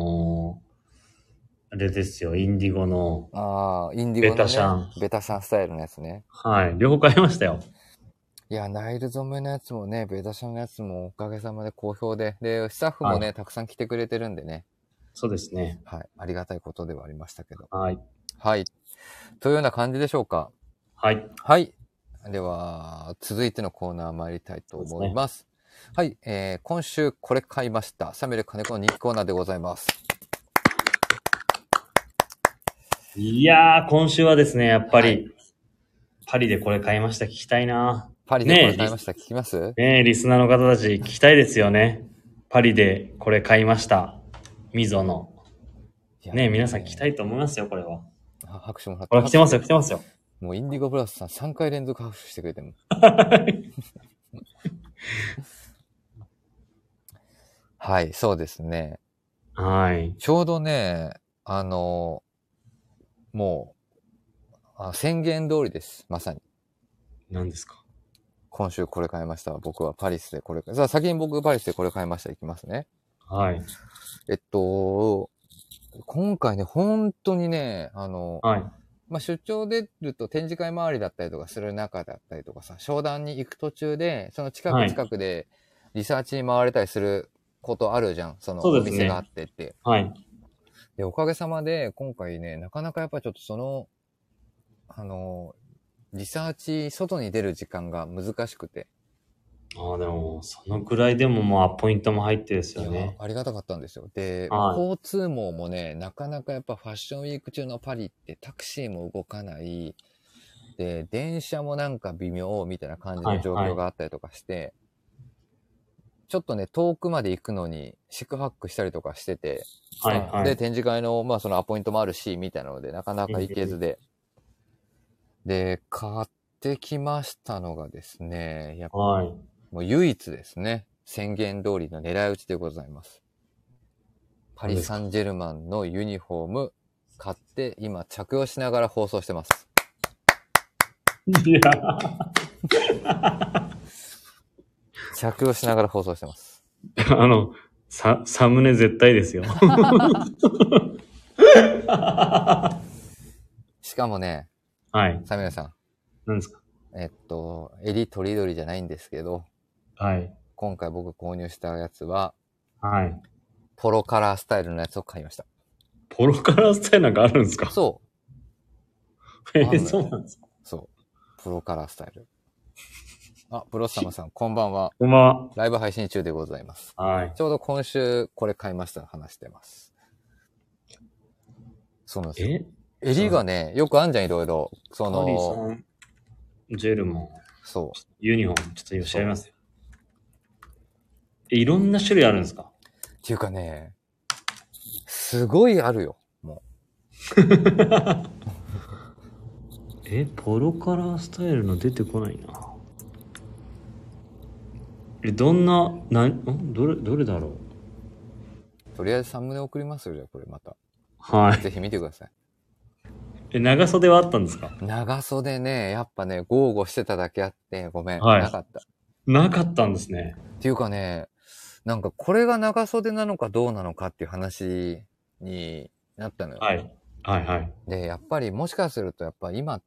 あれですよ、インディゴの。 インディゴの、ね、 ベタシャン。 ベタシャンスタイルのやつね。 はい。両方買いましたよ。 いや、ナイル染めのやつもね、ベタシャンのやつもおかげさまで好評で。で、スタッフもね、たくさん来てくれてるんでね。 そうですね。 はい。ありがたいことではありましたけど。 はい。 はい。というような感じでしょうか。 はい。 はい。では、続いてのコーナー参りたいと思います。はい。今週これ買いました。サミュエル金子の人気コーナーでございます。 いやー、今週はですね、やっぱり、パリでこれ買いました。聞きたいな。 パリでこれ買いました。聞きますねえ、リスナーの方たち聞きたいですよね。パリでこれ買いました。ミゾの。ねえ、皆さん聞きたいと思いますよ、これは。 拍手もらって。 これ来てますよ、来てますよ。 もうインディゴブラスさん3回連続拍手してくれても。はい、そうですね。 はい。 ちょうどね、もう、宣言通りです。まさに。 何ですか？ 今週これ買いました。僕はパリスでこれ。さあ、先に僕パリスでこれ買いました。いきますね。 はい。 今回ね、本当にね、 はい。 出張出ると展示会周りだったりとかする中だったりとかさ、商談に行く途中で、その近くでリサーチに回れたりすることあるじゃん。そのお店があってって。 はい。 で、おかげさまで今回ね、なかなかやっぱちょっとリサーチ、外に出る時間が難しくて。 でも、そのくらいでももうアポイントも入ってですよね。 ありがたかったんですよ。で、交通網もね、なかなかやっぱファッションウィーク中のパリってタクシーも動かない。で、電車もなんか微妙みたいな感じの状況があったりとかして、ちょっとね、遠くまで行くのに四苦八苦したりとかしてて、で、展示会の、そのアポイントもあるし、みたいなので、なかなか行けずで。で、買ってきましたのがですね、やっぱ、もう唯一ですね、宣言通りの狙い撃ちでございます。パリ・サンジェルマンのユニフォーム買って今着用しながら放送してます。 いや着用しながら放送してます。 サムネ絶対ですよ。 しかもね、 はい。 サミュエルさん。 何ですか？ 襟とりどりじゃないんですけど、 はい。 今回僕購入したやつは、 はい。 ポロカラースタイルのやつを買いました。 ポロカラースタイルなんかあるんですか？ そう。 そうなんですか？ そう。プロカラースタイル。プロッサムさん、こんばんは。 こんばんは。 ライブ配信中でございます。 はい。 ちょうど今週これ買いました話してます。そうなんですよ。襟がね、よくあんじゃん、いろいろ。 パリさん、ジェルも。 そう。 ユニフォーム、ちょっと今調べますよ。いろんな種類あるんですか？ っていうかね、すごいあるよ、もう。ポロカラースタイルの出てこないな。どんな、どれだろとりあえずサムネ送りますよ、じゃあこれまた。 はい。 ぜひ見てください。 長袖はあったんですか？ 長袖ね、やっぱね、豪語してただけあって、ごめん、 はいなかった。 なかったんですね。 っていうかね、なんかこれが長袖なのかどうなのかっていう話になったのよ。 はい。はいはい。 で、やっぱりもしかするとやっぱ今って、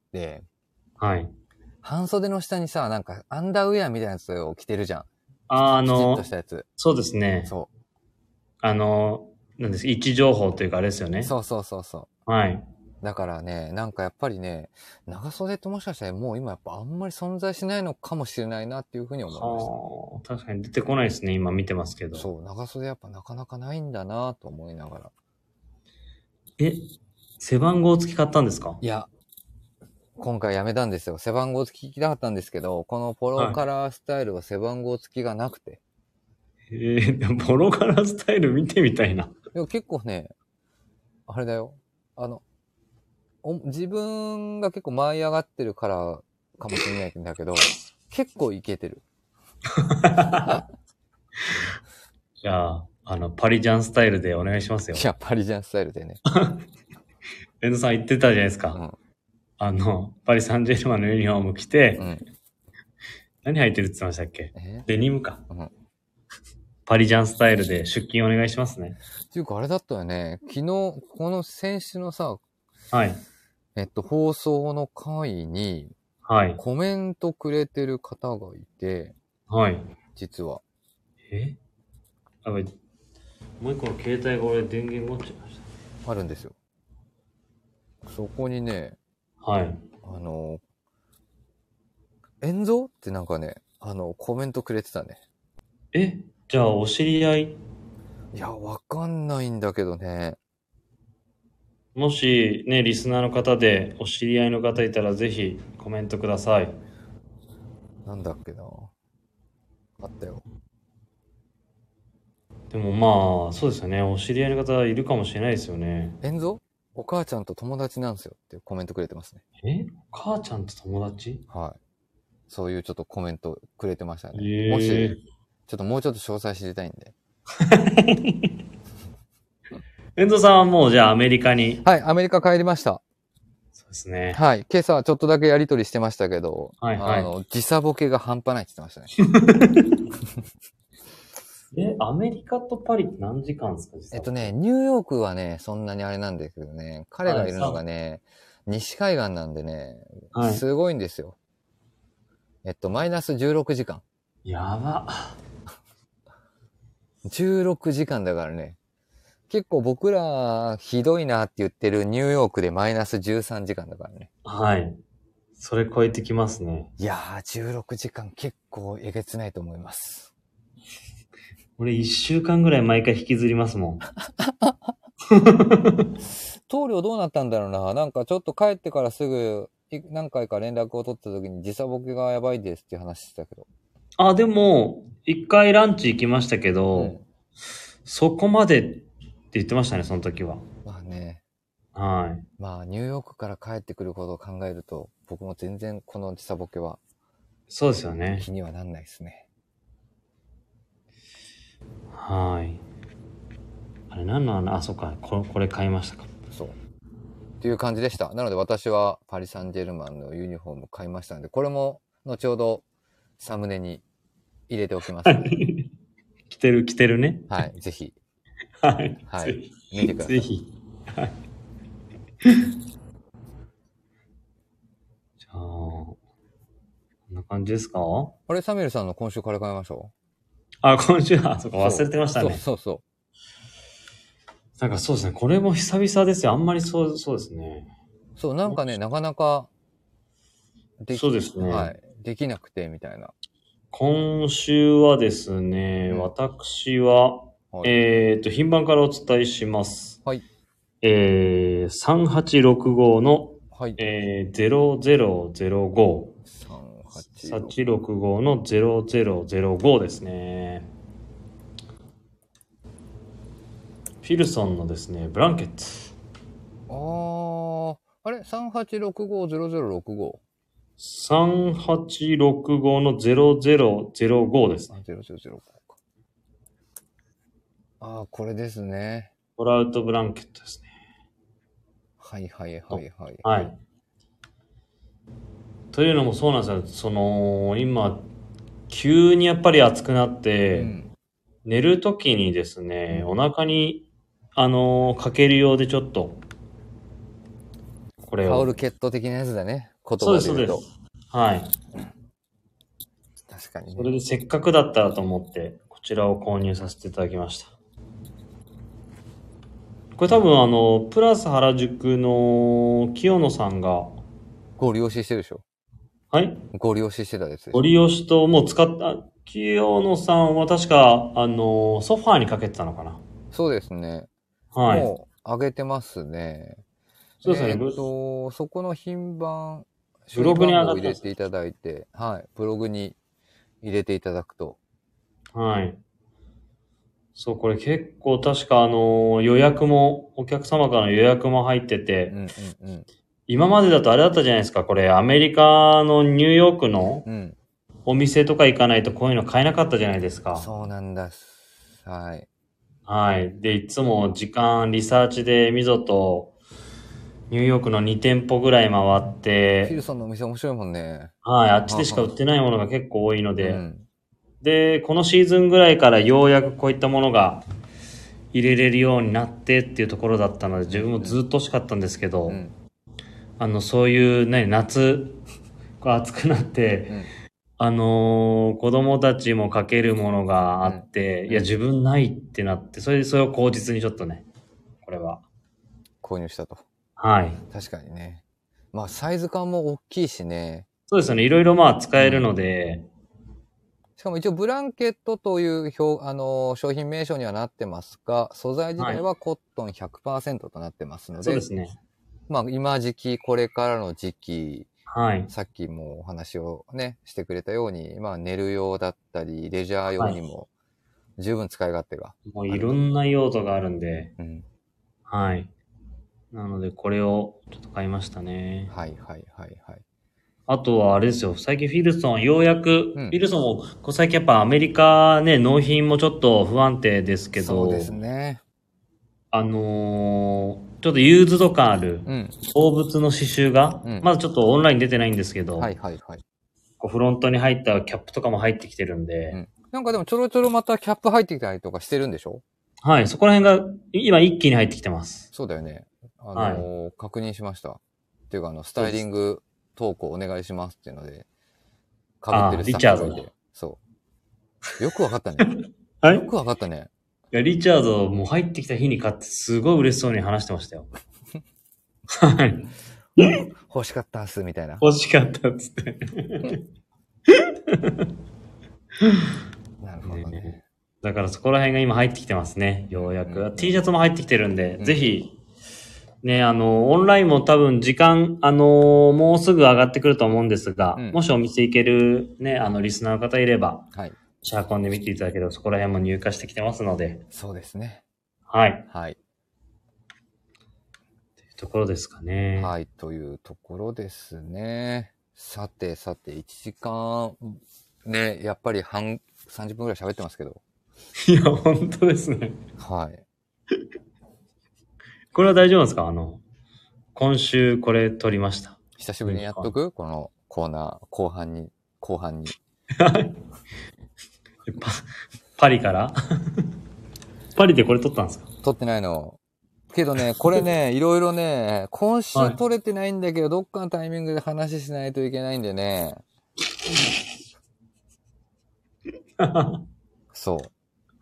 はい。 半袖の下にさ、なんかアンダーウェアみたいなやつを着てるじゃん。 あきちっとしたやつ。 そうですね。 そなんです位置情報というかあれですよね。 う。そうそうそうそう。 はい。 だからね、なんかやっぱりね、長袖ってもしかしたらもう今やっぱあんまり存在しないのかもしれないなっていうふうに思いました。 はあ、確かに出てこないですね。今見てますけど。 そう、長袖やっぱなかなかないんだなと思いながら。 え、背番号付き買ったんですか？ いや、今回やめたんですよ。背番号付き聞きたかったんですけど、このポロカラースタイルは背番号付きがなくて。 ポロカラースタイル見てみたいな。 いや、結構ね、あれだよ。自分が結構舞い上がってるからかもしれないんだけど、結構いけてる。 じゃあ、パリジャンスタイルでお願いしますよ。 いや、パリジャンスタイルでね。 遠藤さん言ってたじゃないですか。 うん。 パリ・サンジェルマンのユニフォーム着て、 うん。 何履いてるって言ってましたっけ？デニムか。 うん。っパリジャンスタイルで出勤お願いしますね。 ていうかあれだったよね。昨日、この先週のさ、 はい。 放送の回にはい。 コメントくれてる方がいて、 はい。 実は。 あ、もう一個の携帯が俺電源持っちゃいましあるんですよ。そこにね、 た。はい。 遠蔵ってなんかね、コメントくれてたね。 じゃあお知り合い、 いや、わかんないんだけどね。 もしね、リスナーの方でお知り合いの方いたらぜひコメントください。 なんだっけな。あったよ。 でもまあ、そうですよね。お知り合いの方いるかもしれないですよね。 遠蔵お母ちゃんと友達なんですよってコメントくれてますね。 母ちゃんと友達？ はい。そういうちょっとコメントくれてましたね。 ええもし、ちょっともうちょっと詳細知りたいんで。 遠藤さんはもうじゃあアメリカに。 はい、アメリカ帰りました。 そうですね。 はい、今朝ちょっとだけやりとりしてましたけど、 はいはい。 時差ボケが半端ないって言ってましたね。 アメリカとパリって何時間ですか？ ニューヨークはね、そんなにあれなんですけどね、彼がいるのがね、西海岸なんでね、 はい。 すごいんですよ。マイナス16時間。 やば。 16時間だからね。結構僕らひどいなって言ってるニューヨークでマイナス13時間だからね。 はい。それ超えてきますね。 いやー、16時間結構えげつないと思います。 俺1週間ぐらい毎回引きずりますもん。 棟梁どうなったんだろうな。なんかちょっと帰ってからすぐ何回か連絡を取った時に時差ボケがやばいですっていう話してたけど。 あ、でも、一回ランチ行きましたけど、 うん。 そこまでって言ってましたね、その時は。 まあね。 はい。 まあニューヨークから帰ってくることを考えると、僕も全然この時差ボケはそうですよね。 気にはなんないですね。 はい。あれ何のそうか、これ買いましたか。 そう。っていう感じでした。なので私はパリ・サンジェルマンのユニフォーム買いましたので、これも後ほどサムネに入れておきますので。 着てるね。 はい。ぜひ。 はい。 はい。 ぜひ。 見てください。 ぜひ。はい。じゃあ、こんな感じですか？ あれ、サミュエルさんの今週から買いましょ今週、そうか、 う。 忘れてましたね。 そうそう。 なんかそうですね、これも久々ですよ。あんまりそうですね。 そう、なんかね、なかなかそうですね。 はい。できなくて、みたいな。 今週はですね、 うん私は、 はい。 品番からお伝えします。 はい。 3865の、 はい。 0005。 386。 865の0005ですね。フィルソンのですね、ブランケット。 あれ ?38650065。 3865の0005ですね。 0005か。 ああ、これですね。 トラウトブランケットですね。 はいはいはいはい。 はい。というのもそうなんですよ。今、急にやっぱり暑くなっうて、 ん。 寝るときにですうね、 ん。 お腹に、かけるようでちょっと、これを。 タオルケット的なやつだね。言そうです、 葉で言うと。 そうです。はい。 確かにね。 それでせっかくだったらと思って、こちらを購入させていただきました。これ多分プラス原宿の清野さんが、 ご利用ししてるでしょ。 はい、 ご利用ししてたやつでしょ。 ご利用しともう使った、清野さんは確か、ソファーにかけてたのかな。 そうですね。 はい。 もう、上げてますね。 そうですね、 そこの品番、 ブログに種類番上がってます。 号を入れていただいて、はい、ブログに入れていただくと。 はい。そう、これ結構確か予約も、お客様からの予約も入ってて、 うんうんうん。 今までだとあれだったじゃないですか、これアメリカのニューヨークのうん。 お店とか行かないとこういうの買えなかったじゃないですか。 そうなんだ。はい。 はい。で、いつも時間、リサーチでミゾとニューヨークの2店舗ぐらい回っフィルて、 ソンのお店面白いもんね。 はい、あっちでしか売はは。 ってないものが結構多いので、 うん。 で、このシーズンぐらいからようやくこういったものが入れれるようになってっていうところだったので、自分もうんうん。 ずっと欲しかったんですけど、 うん。 そういうね、夏、が暑くなって、 うん。 子供たちもかけるものがあうん。 って、いや、 うん。 自分ないってなって、それを口実にちょっとね、これは。 購入したと。 はい。 確かにね。まあ、サイズ感も大きいしね。 そうですよね。いろいろまあ使えるうん。 ので、 しかも一応ブランケットという商品名称にはなってますが、素材自はい。 体はコットン100%となってますので、 そうですね。 まあ今時期、これからの時期、 はい。 さっきもお話をね、してくれたように、まあ寝る用だったり、レジャーはい。 用にも十分使い勝手がもういあると。 ろんな用途があるんで、 うん。 はい。なので、これをちょっと買いましたね。 はいはいはいはい。 あとはあれですよ。最近フィルソン、ようやく、 うん。 フィルソンも、こう最近やっぱアメリカね、納品もちょっと不安定ですけそうですど、 ね。 ちょっとユーズド感あるうん。 動物の刺繍が、 うん。 まだちょっとオンライン出てないんですけはいど、 はいはい。 こうフロントに入ったキャップとかも入ってきてるんで、 うん。なんかでもちょろちょろまたキャップ入ってきたりとかしてるんでしょ？ はい、そこら辺が今一気に入ってきてます。 そうだよね。 はい。 確認しました。っていうか、スタイリそうです。 ング投稿お願いしますっていうので、被ってああ、 るスタッリチャードだ。 フがいて。そう。よくわかったね。 はい。 よくわかったね。 いや、リチャードもう入ってきた日に買ってすごい嬉しそうに話してましたよ。はい。 欲しかったっす、みたいな。 欲しかったっつって。 なるほどね。 だからそこら辺が今入ってきてますね。ようやく。 うんうん T シャツも入ってきてるんで、 うん。うん。 ぜひ、ね、オンラインも多分時間、もうすぐ上がってくると思うんですが、 うん。 もしお店行けるね、リスナーの方いれば、 はい。 シャーコンで見ていただければそこら辺も入荷してきてますので、 そうですね。 はい。 はい。 というところですかね。 はい。というところですね。さてさて、1時間、ね、やっぱり30分くらい喋ってますけど。 いや、本当ですね。 はい。 これは大丈夫ですか今週これ撮りました。 久しぶりにやっとくこのコーナー、後半に。 パ、パリからパリでこれ撮ったんですか？ 撮ってないの。けどね、これね、いろいろね、今週はい。 撮れてないんだけど、どっかのタイミングで話しないといけないんでね。そう。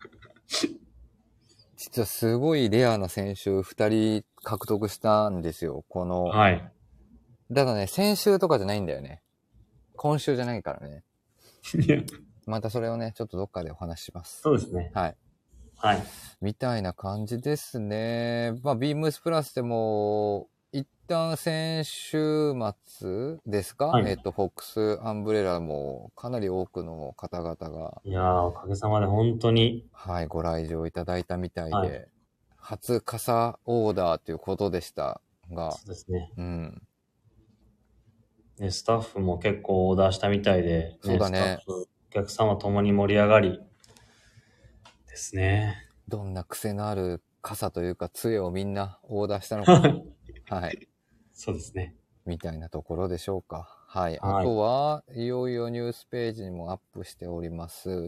実はすごいレアな選手2人獲得したんですよ。 はい。 だからね、先週とかじゃないんだよね。今週じゃないからね。 いや、 またそれをね、ちょっとどっかでお話しします。 そうですね。 はい。 はい。 みたいな感じですね。まあ、ビームスプラスでも、一旦先週末ですか？ はい。 フォックスアンブレラもかなり多くの方々が、 いやー、おかげさまで本当に、 はい、ご来場いただいたみたいはい。 で、初傘オーダーということでしたが、 そうですね。 うん。 ね、スタッフも結構オーダーしたみたいで、ね、スタッそうだね。 フ、お客様ともに盛り上がりですね。 どんな癖のある傘というか杖をみんなオーダーしたのか。はい。 そうですね。 みたいなところでしょうか。はい。あはい。 とは、いよいよニュースページにもアップしております。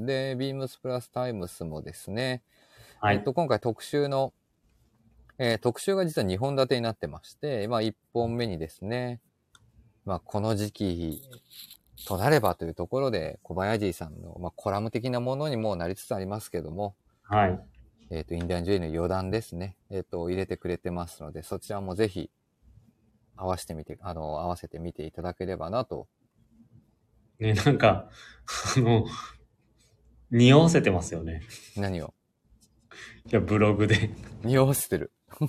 で、ビームスプラスタイムスもですね、 はい。 今回特集の、特集が実は2本立てになってまして、まあ1本目にですね、まあこの時期となればというところで、小林さんの、まあ、コラム的なものにもなりつつありますけども、 はい。 インディアンジュエリーの余談ですね、入れてくれてますので、そちらもぜひ、合わせてみていただければなと。 ね、なんか、あの、匂わせてますよね。 何をいや、ブログで。 匂わせてる。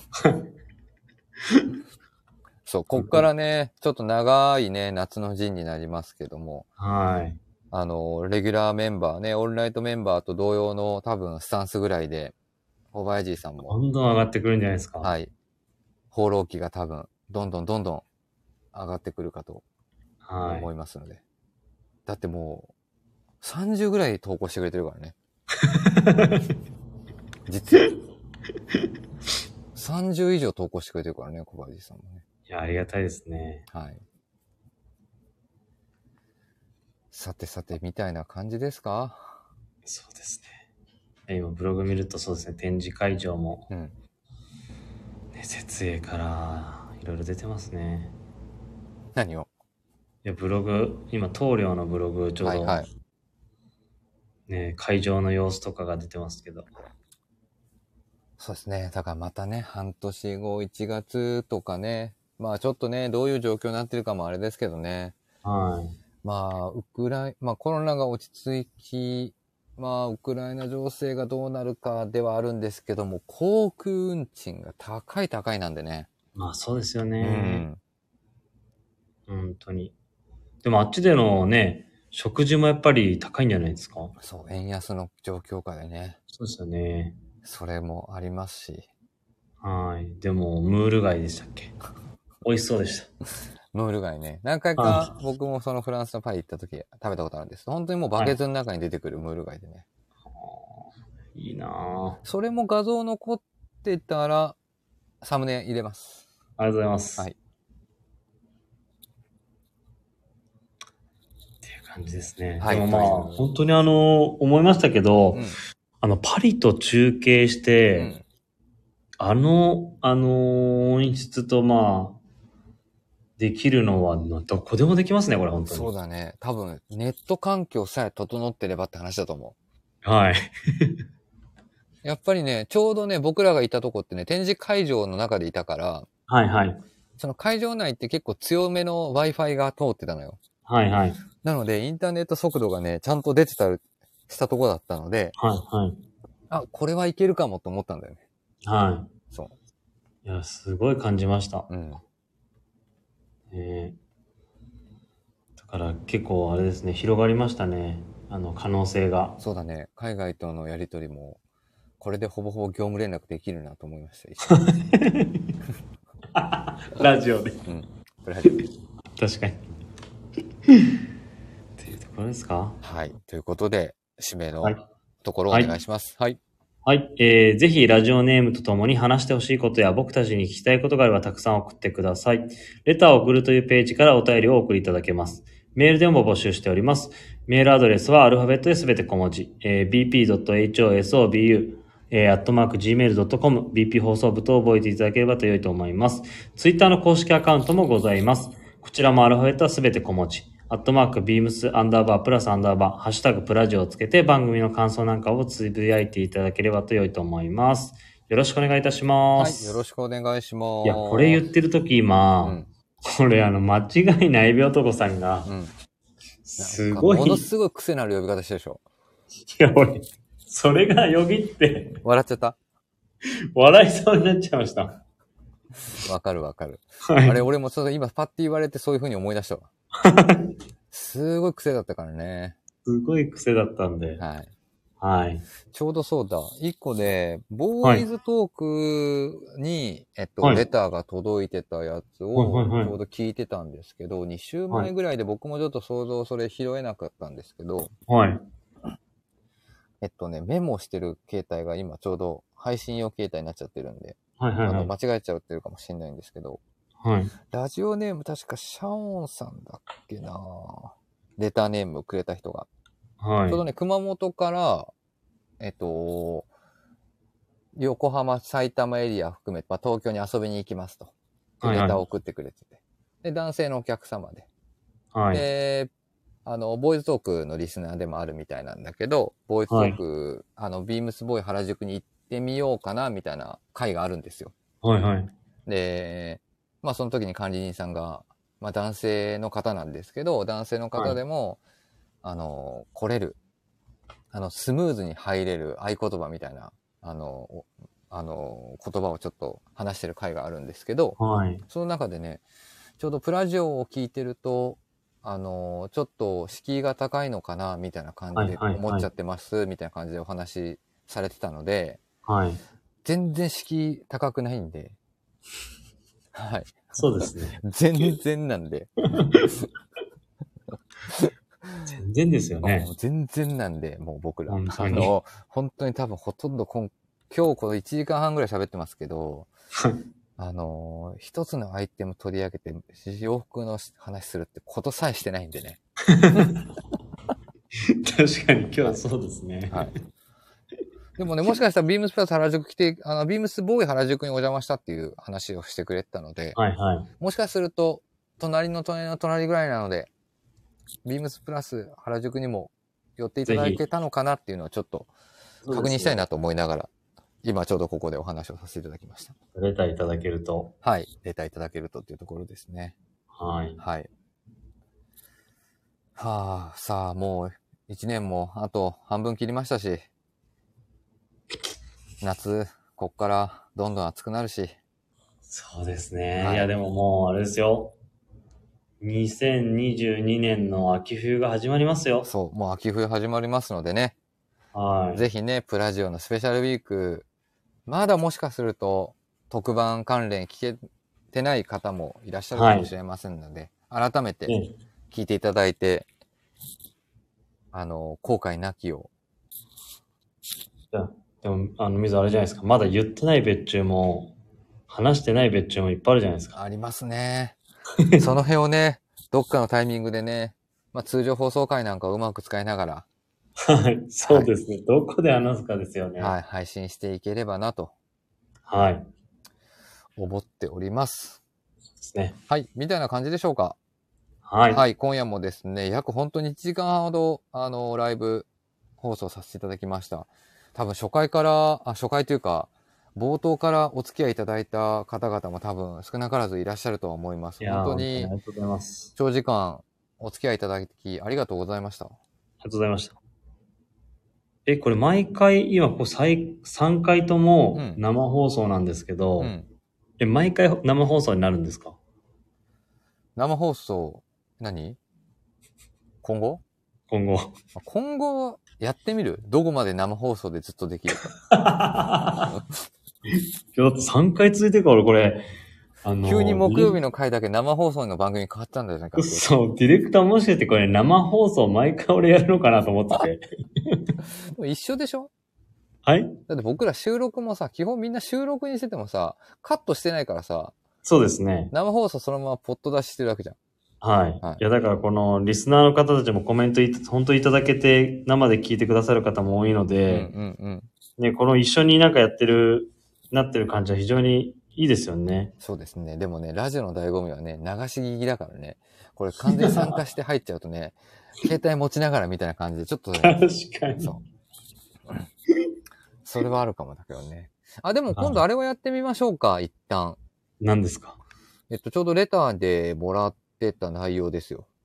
そう、こっからね、ちょっと長いね、夏の陣になりますけども、 はい。 レギュラーメンバーね、オールナイトメンバーと同様の多分スタンスぐらいで、小林さんも、 どんどん上がってくるんじゃないですか。 はい、放浪記が多分、どんどん上がってくるかとはい。 思いますので。だってもう、30ぐらい投稿してくれてるからね。実は。30以上投稿してくれてるからね、小林さんもね。 いや、ありがたいですね。 はい。さて、みたいな感じですか？ そうですね。今、ブログ見るとそうですね、展示会場も、 うん。 ね、設営からいろいろ出てますね。 何を？ いや、ブログ、今、棟梁のブログ、ちょうど、 はいはい。 ね、会場の様子とかが出てますけど。 そうですね。だからまたね、半年後、1月とかね、まあちょっとね、どういう状況になってるかもあれですけどね。 はい。 まあ、まあコロナが落ち着き、まあウクライナ情勢がどうなるかではあるんですけども、航空運賃が高いなんでね。 まあ、そうですようね。 ん。 本当に。でも、あっちでのね、食事もやっぱり高いんじゃないですか？ そう、円安の状況下でね。 そうですよね。 それもありますし。 はい。でも、ムール貝でしたっけ？美味しそうでした。 ムール貝ね。何回はか僕もそのフランスのパリ行った時食べたことあるんです。本当にもうい。はい。 バケツの中に出てくるムール貝でね。 いいなぁ。 それも画像残ってたら、サムネ入れます。 ありがとうございます。 はい。 っていう感じですね。 はい、 でもまあ、 という。 本当に思いましたけど、 うん。 パリと中継して、 うん。 音質とまあ、できるのは、どこでもできますね、これ、本当に。 そうだね。多分、ネット環境さえ整ってればって話だと思はい。 う。やっぱりね、ちょうどね、僕らがいたとこってね、展示会場の中でいたから、 はいはい。 その会場内って結構強めの Wi-Fi が通ってたのよ。 はいはい。 なので、インターネット速度がね、ちゃんと出てた、したとこだったので、 はいはい。 あ、これはいけるかもと思ったんだよね。 はそい。いや、すごい感じました。 う。うん。 えだから結構あれですね、広がりましたね。可能性が。 そうだね。海外とのやりとりも、これでほぼほぼ業務連絡できるなと思いました、一瞬。 ラジオで。 うん。これ初めて。 確かに。っていうところですか？ はい。ということで、締めのはい。 ところをおはい。 願いします。はい。 はい。ぜひラジオネームとともに話してほしいことや僕たちに聞きたいことがあればたくさん送ってください。レターを送るというページからお便りをお送りいただけます。メールでも募集しております。メールアドレスはアルファベットですべて小文字。bp.hosobu @gmail.com BP 放送部と覚えていただければと良いと思います。ツイッターの公式アカウントもございます。こちらもアルファベットはすべて小文字。ビームスアンダーバープラスアンダーバー、ハッシュタグプラジオをつけて番組の感想なんかをつぶやいていただければと良いと思います。よろしくお願いいたしまはい。よろす。 しくお願いしいや、これ言っます。 てるとき今、 うん。 これ間違いない病男さんが、 うん。なんすか、 ごい、 ものすごい癖のある呼び方してるでしょ。 いや、俺、それがよぎって笑っちゃった？ 笑いそうになっちゃいました。 わかるわかる。あれ、 はい。 俺も今パッて言われてそういう風に思い出したわ。すごい癖だったからね。 すごい癖だったんで。 はい。 はい。 ちょうどそうだ。一個で、ボはい。 ーイズトークに、 はい。 レターが届いてたやつはい。はい。 を、 はい。 ちょうど聞いてたんですけど、2週はい。 前ぐらいで僕もちょっと想像それ拾えなかったんですけど、 はい。 メモしてる携帯が今ちょうど配信用携帯になっちゃってるんで、 はいはいはい。 間違えちゃってるかもしれないんですけど、 はい。 ラジオネーム確かシャオンさんだっけな、レターネームをくれた人が。 はい。 ちょうどね、熊本から、横浜、埼玉エリア含めて、東京に遊びに行きますと。で、 はいはいレターを送ってくれてて。で、男性のお客様で。 はい。 で、ボーイズトークのリスナーでもあるみたいなんだけど、ボーイズトーク、ビームスボーイ原宿に行ってみようかな、みたいな会があるんですよ。 はいはい。 で、その時に管理人さんが、男性の方なんですけど、男性の方でも、来れる、スムーズに入れる合言葉みたいな、言葉をちょっと話してる会があるんですけど、 はい。 その中でね、ちょうどプラジオを聞いてると、ちょっと敷居が高いのかな、みたいな感じで思っちゃってます、みたいな感じでお話しされてたので、 はい。 全然敷居高くないんで、はい。 そうですね。 全然なんで。 全然ですよね。 全然なんで、もう僕ら。 本当に本当に多分ほとんど今日この1時間半ぐらい喋ってますけど、一つのアイテム取り上げて洋服の話するってことさえしてないんでね。 確かに今日はそうですね。 はい。でもね、もしかしたらビームスプラス原宿来て、ビームスボーイ原宿にお邪魔したっていう話をしてくれてたので、 はいはい。 もしかすると、隣の隣の隣ぐらいなので、ビームスプラス原宿にも寄っていただけたのかなっていうのをちょっと確認したいなと思いながら、今ちょうどここでお話をさせていただきました。 レターいただけると。 はい。レターいただけるとっていうところですね。 はい。 はい。はあ、さあ、もう一年もあと半分切りましたし、夏、こっからどんどん暑くなるし。 そうですね。 はい、 いや、でももう、あれですよ。2022年の秋冬が始まりますよ。 そう、もう秋冬始まりますのでね。 はい。 ぜひね、プラジオのスペシャルウィーク、まだもしかすると特番関連聞けてない方もいらっしゃるかもしれませんので、はい、改めて聞いていただいて、後悔なきを。 でも、水あれじゃないですか。まだ言ってない別注も、話してない別注もいっぱいあるじゃないですか。 ありますね。その辺をね、どっかのタイミングでね、通常放送回なんかをうまく使いながら、 はい、そうですね、はい。どこで話すかですよね。 はい、配信していければなと。 はい。 思っております。 そうですね。 はい、みたいな感じでしょうか。 はい。 はい、今夜もですね、約本当に1時間半ほど、ライブ放送させていただきました。多分初回というか、冒頭からお付き合いいただいた方々も多分少なからずいらっしゃるとは思います。本当にありがとうございます。 長時間お付き合いいただきありがとうございました。 ありがとうございました。これ毎回、今3回とも生放送なんですけど、毎回生放送になるんですか？ 生放送、何？今後やってみる？どこまで生放送でずっとできるか。 今日3回続いてるからこれ、 急に木曜日の回だけ生放送の番組変わったんだよね。 そう、ディレクターもしかしてこれ生放送毎回俺やるのかなと思ってて。 一緒でしょ？ はい？ だって僕ら収録もさ、基本みんな収録にしててもさ、カットしてないからさ。 そうですね。 生放送そのままポット出ししてるわけじゃん。 はい。いや、だからこのリスナーの方たちもコメント本当にいただけて、生で聞いてくださる方も多いので、ね、この一緒になんかなってる感じは非常にいいですよね。 そうですね。でもね、ラジオの醍醐味はね、流し聞きだからね。これ完全に参加して入っちゃうとね、携帯持ちながらみたいな感じで、ちょっと、ね、 確かに。 そう。それはあるかもだけどね。あ、でも今度あれはやってみましょうか、一旦。 何ですか？ ちょうどレターでもらってた内容ですよ。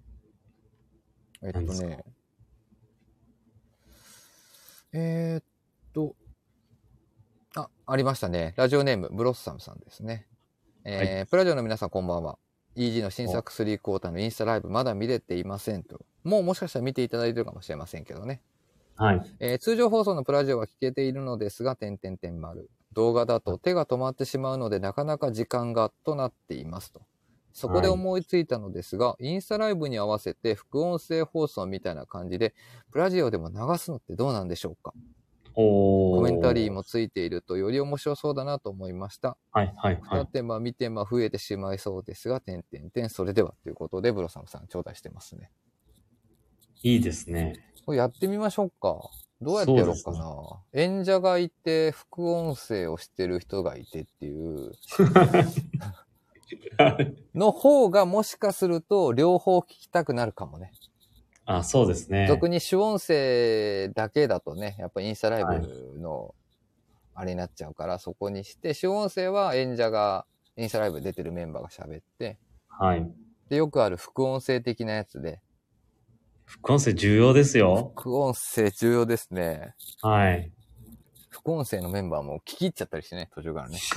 ありましたね。ラジオネーム、ブロッサムさんですね。はい、プラジオの皆さんこんばんは。EG の新作3クォーターのインスタライブまだ見れていませんと。もしかしたら見ていただいてるかもしれませんけどね。 はい。 通常放送のプラジオは聞けているのですが、動画だと手が止まってしまうので、なかなか時間がとなっていますと。 そこで思いついたのですが、インスタライブに合わせて副音声放送みたいな感じで、プラジオでも流すのってどうなんでしょうか？コメンタリーもついているとより面白そうだなと思いました。 はいはいはい。 2手間見て増えてしまいそうですが、それではということで、ブロサムさん頂戴してますね。 いいですね。 これやってみましょうか。どうやってやろうかな。演者がいて、副音声をしてる人がいてっていうの方がもしかすると両方聞きたくなるかもね。 あ、そうですね。 俗に主音声だけだとね、やっぱインスタライブのあれになっちゃうから、そこにして、主音声は演者がインスタライブ出てるメンバーが喋って、 はい。 で、よくある副音声的なやつで。 副音声重要ですよ。 副音声重要ですね。 はい。 副音声のメンバーも聞き入っちゃったりしてね、途中からね。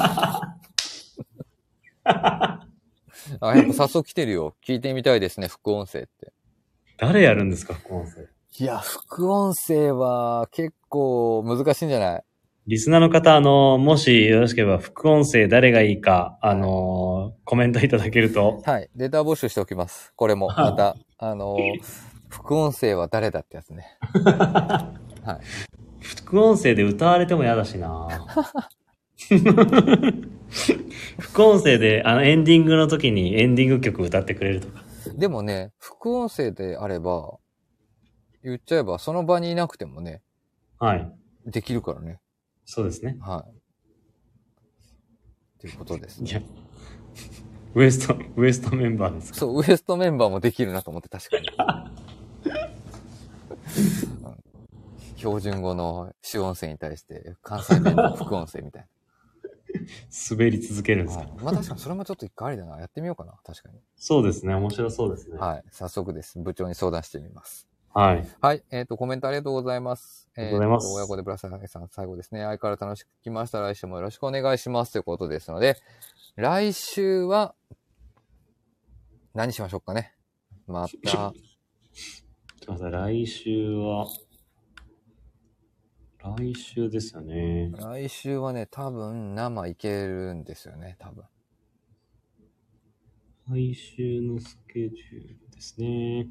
やっぱ早速来てるよ。聞いてみたいですね、副音声って。 誰やるんですか、副音声。 いや、副音声は結構難しいんじゃない？ リスナーの方、もしよろしければ、副音声誰がいいか、コメントいただけると。 はい。データ募集しておきます。これも、また、副音声は誰だってやつね。はい。 副音声で歌われても嫌だしな副音声で、エンディングの時にエンディング曲歌ってくれるとか。 でもね、副音声であれば、言っちゃえば、その場にいなくてもね、 はい。 できるからね。 そうですね。 はい。ということですね。 いや、ウエストメンバーですか？ そう、ウエストメンバーもできるなと思って、確かに。標準語の主音声に対して、関西弁の副音声みたいな。 滑り続けるんですか？ まあ確かにそれもちょっと一回ありだな。やってみようかな。確かに。 そうですね。面白そうですね。 はい。早速です。部長に相談してみます。 はい。 はい。コメントありがとうございます。 ありがとうございます。 親子でブラサーさん、最後ですね。相変わらず楽しく聞きました。来週もよろしくお願いします。ということですので、来週は、何しましょうかね。また。 ちょっと待って、来週ですよね。 来週はね、多分生いけるんですよね、多分。 来週のスケジュールですね。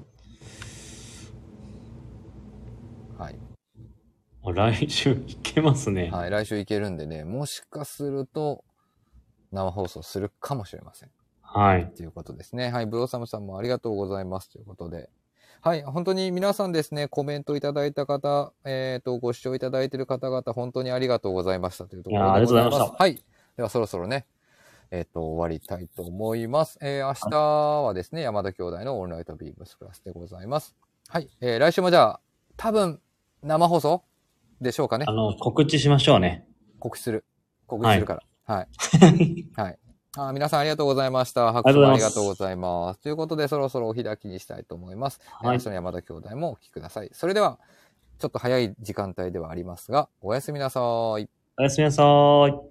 はい。 来週いけますね。 はい、来週いけるんでね、もしかすると生放送するかもしれません。 はい。 ということですね。はい、ブロッサムさんもありがとうございます。ということで。はい、本当に皆さんですね、コメントいただいた方、ご視聴いただいている方々、本当にありがとうございましたというところでございます。 ありがとうございました。 はい。ではそろそろね、終わりたいと思います。明日はですね、山田兄弟のオールナイトビームスプラスでございます。はい。来週もじゃあ、多分、生放送でしょうかね。 告知しましょうね。 告知するから。はい。はい。皆さんありがとうございました。拍手もありがとうございます。ということで、そろそろお開きにしたいと思います。明日の山田兄弟もお聞きください。それでは、ちょっと早い時間帯ではありますが、おやすみなさい。 おやすみなさい。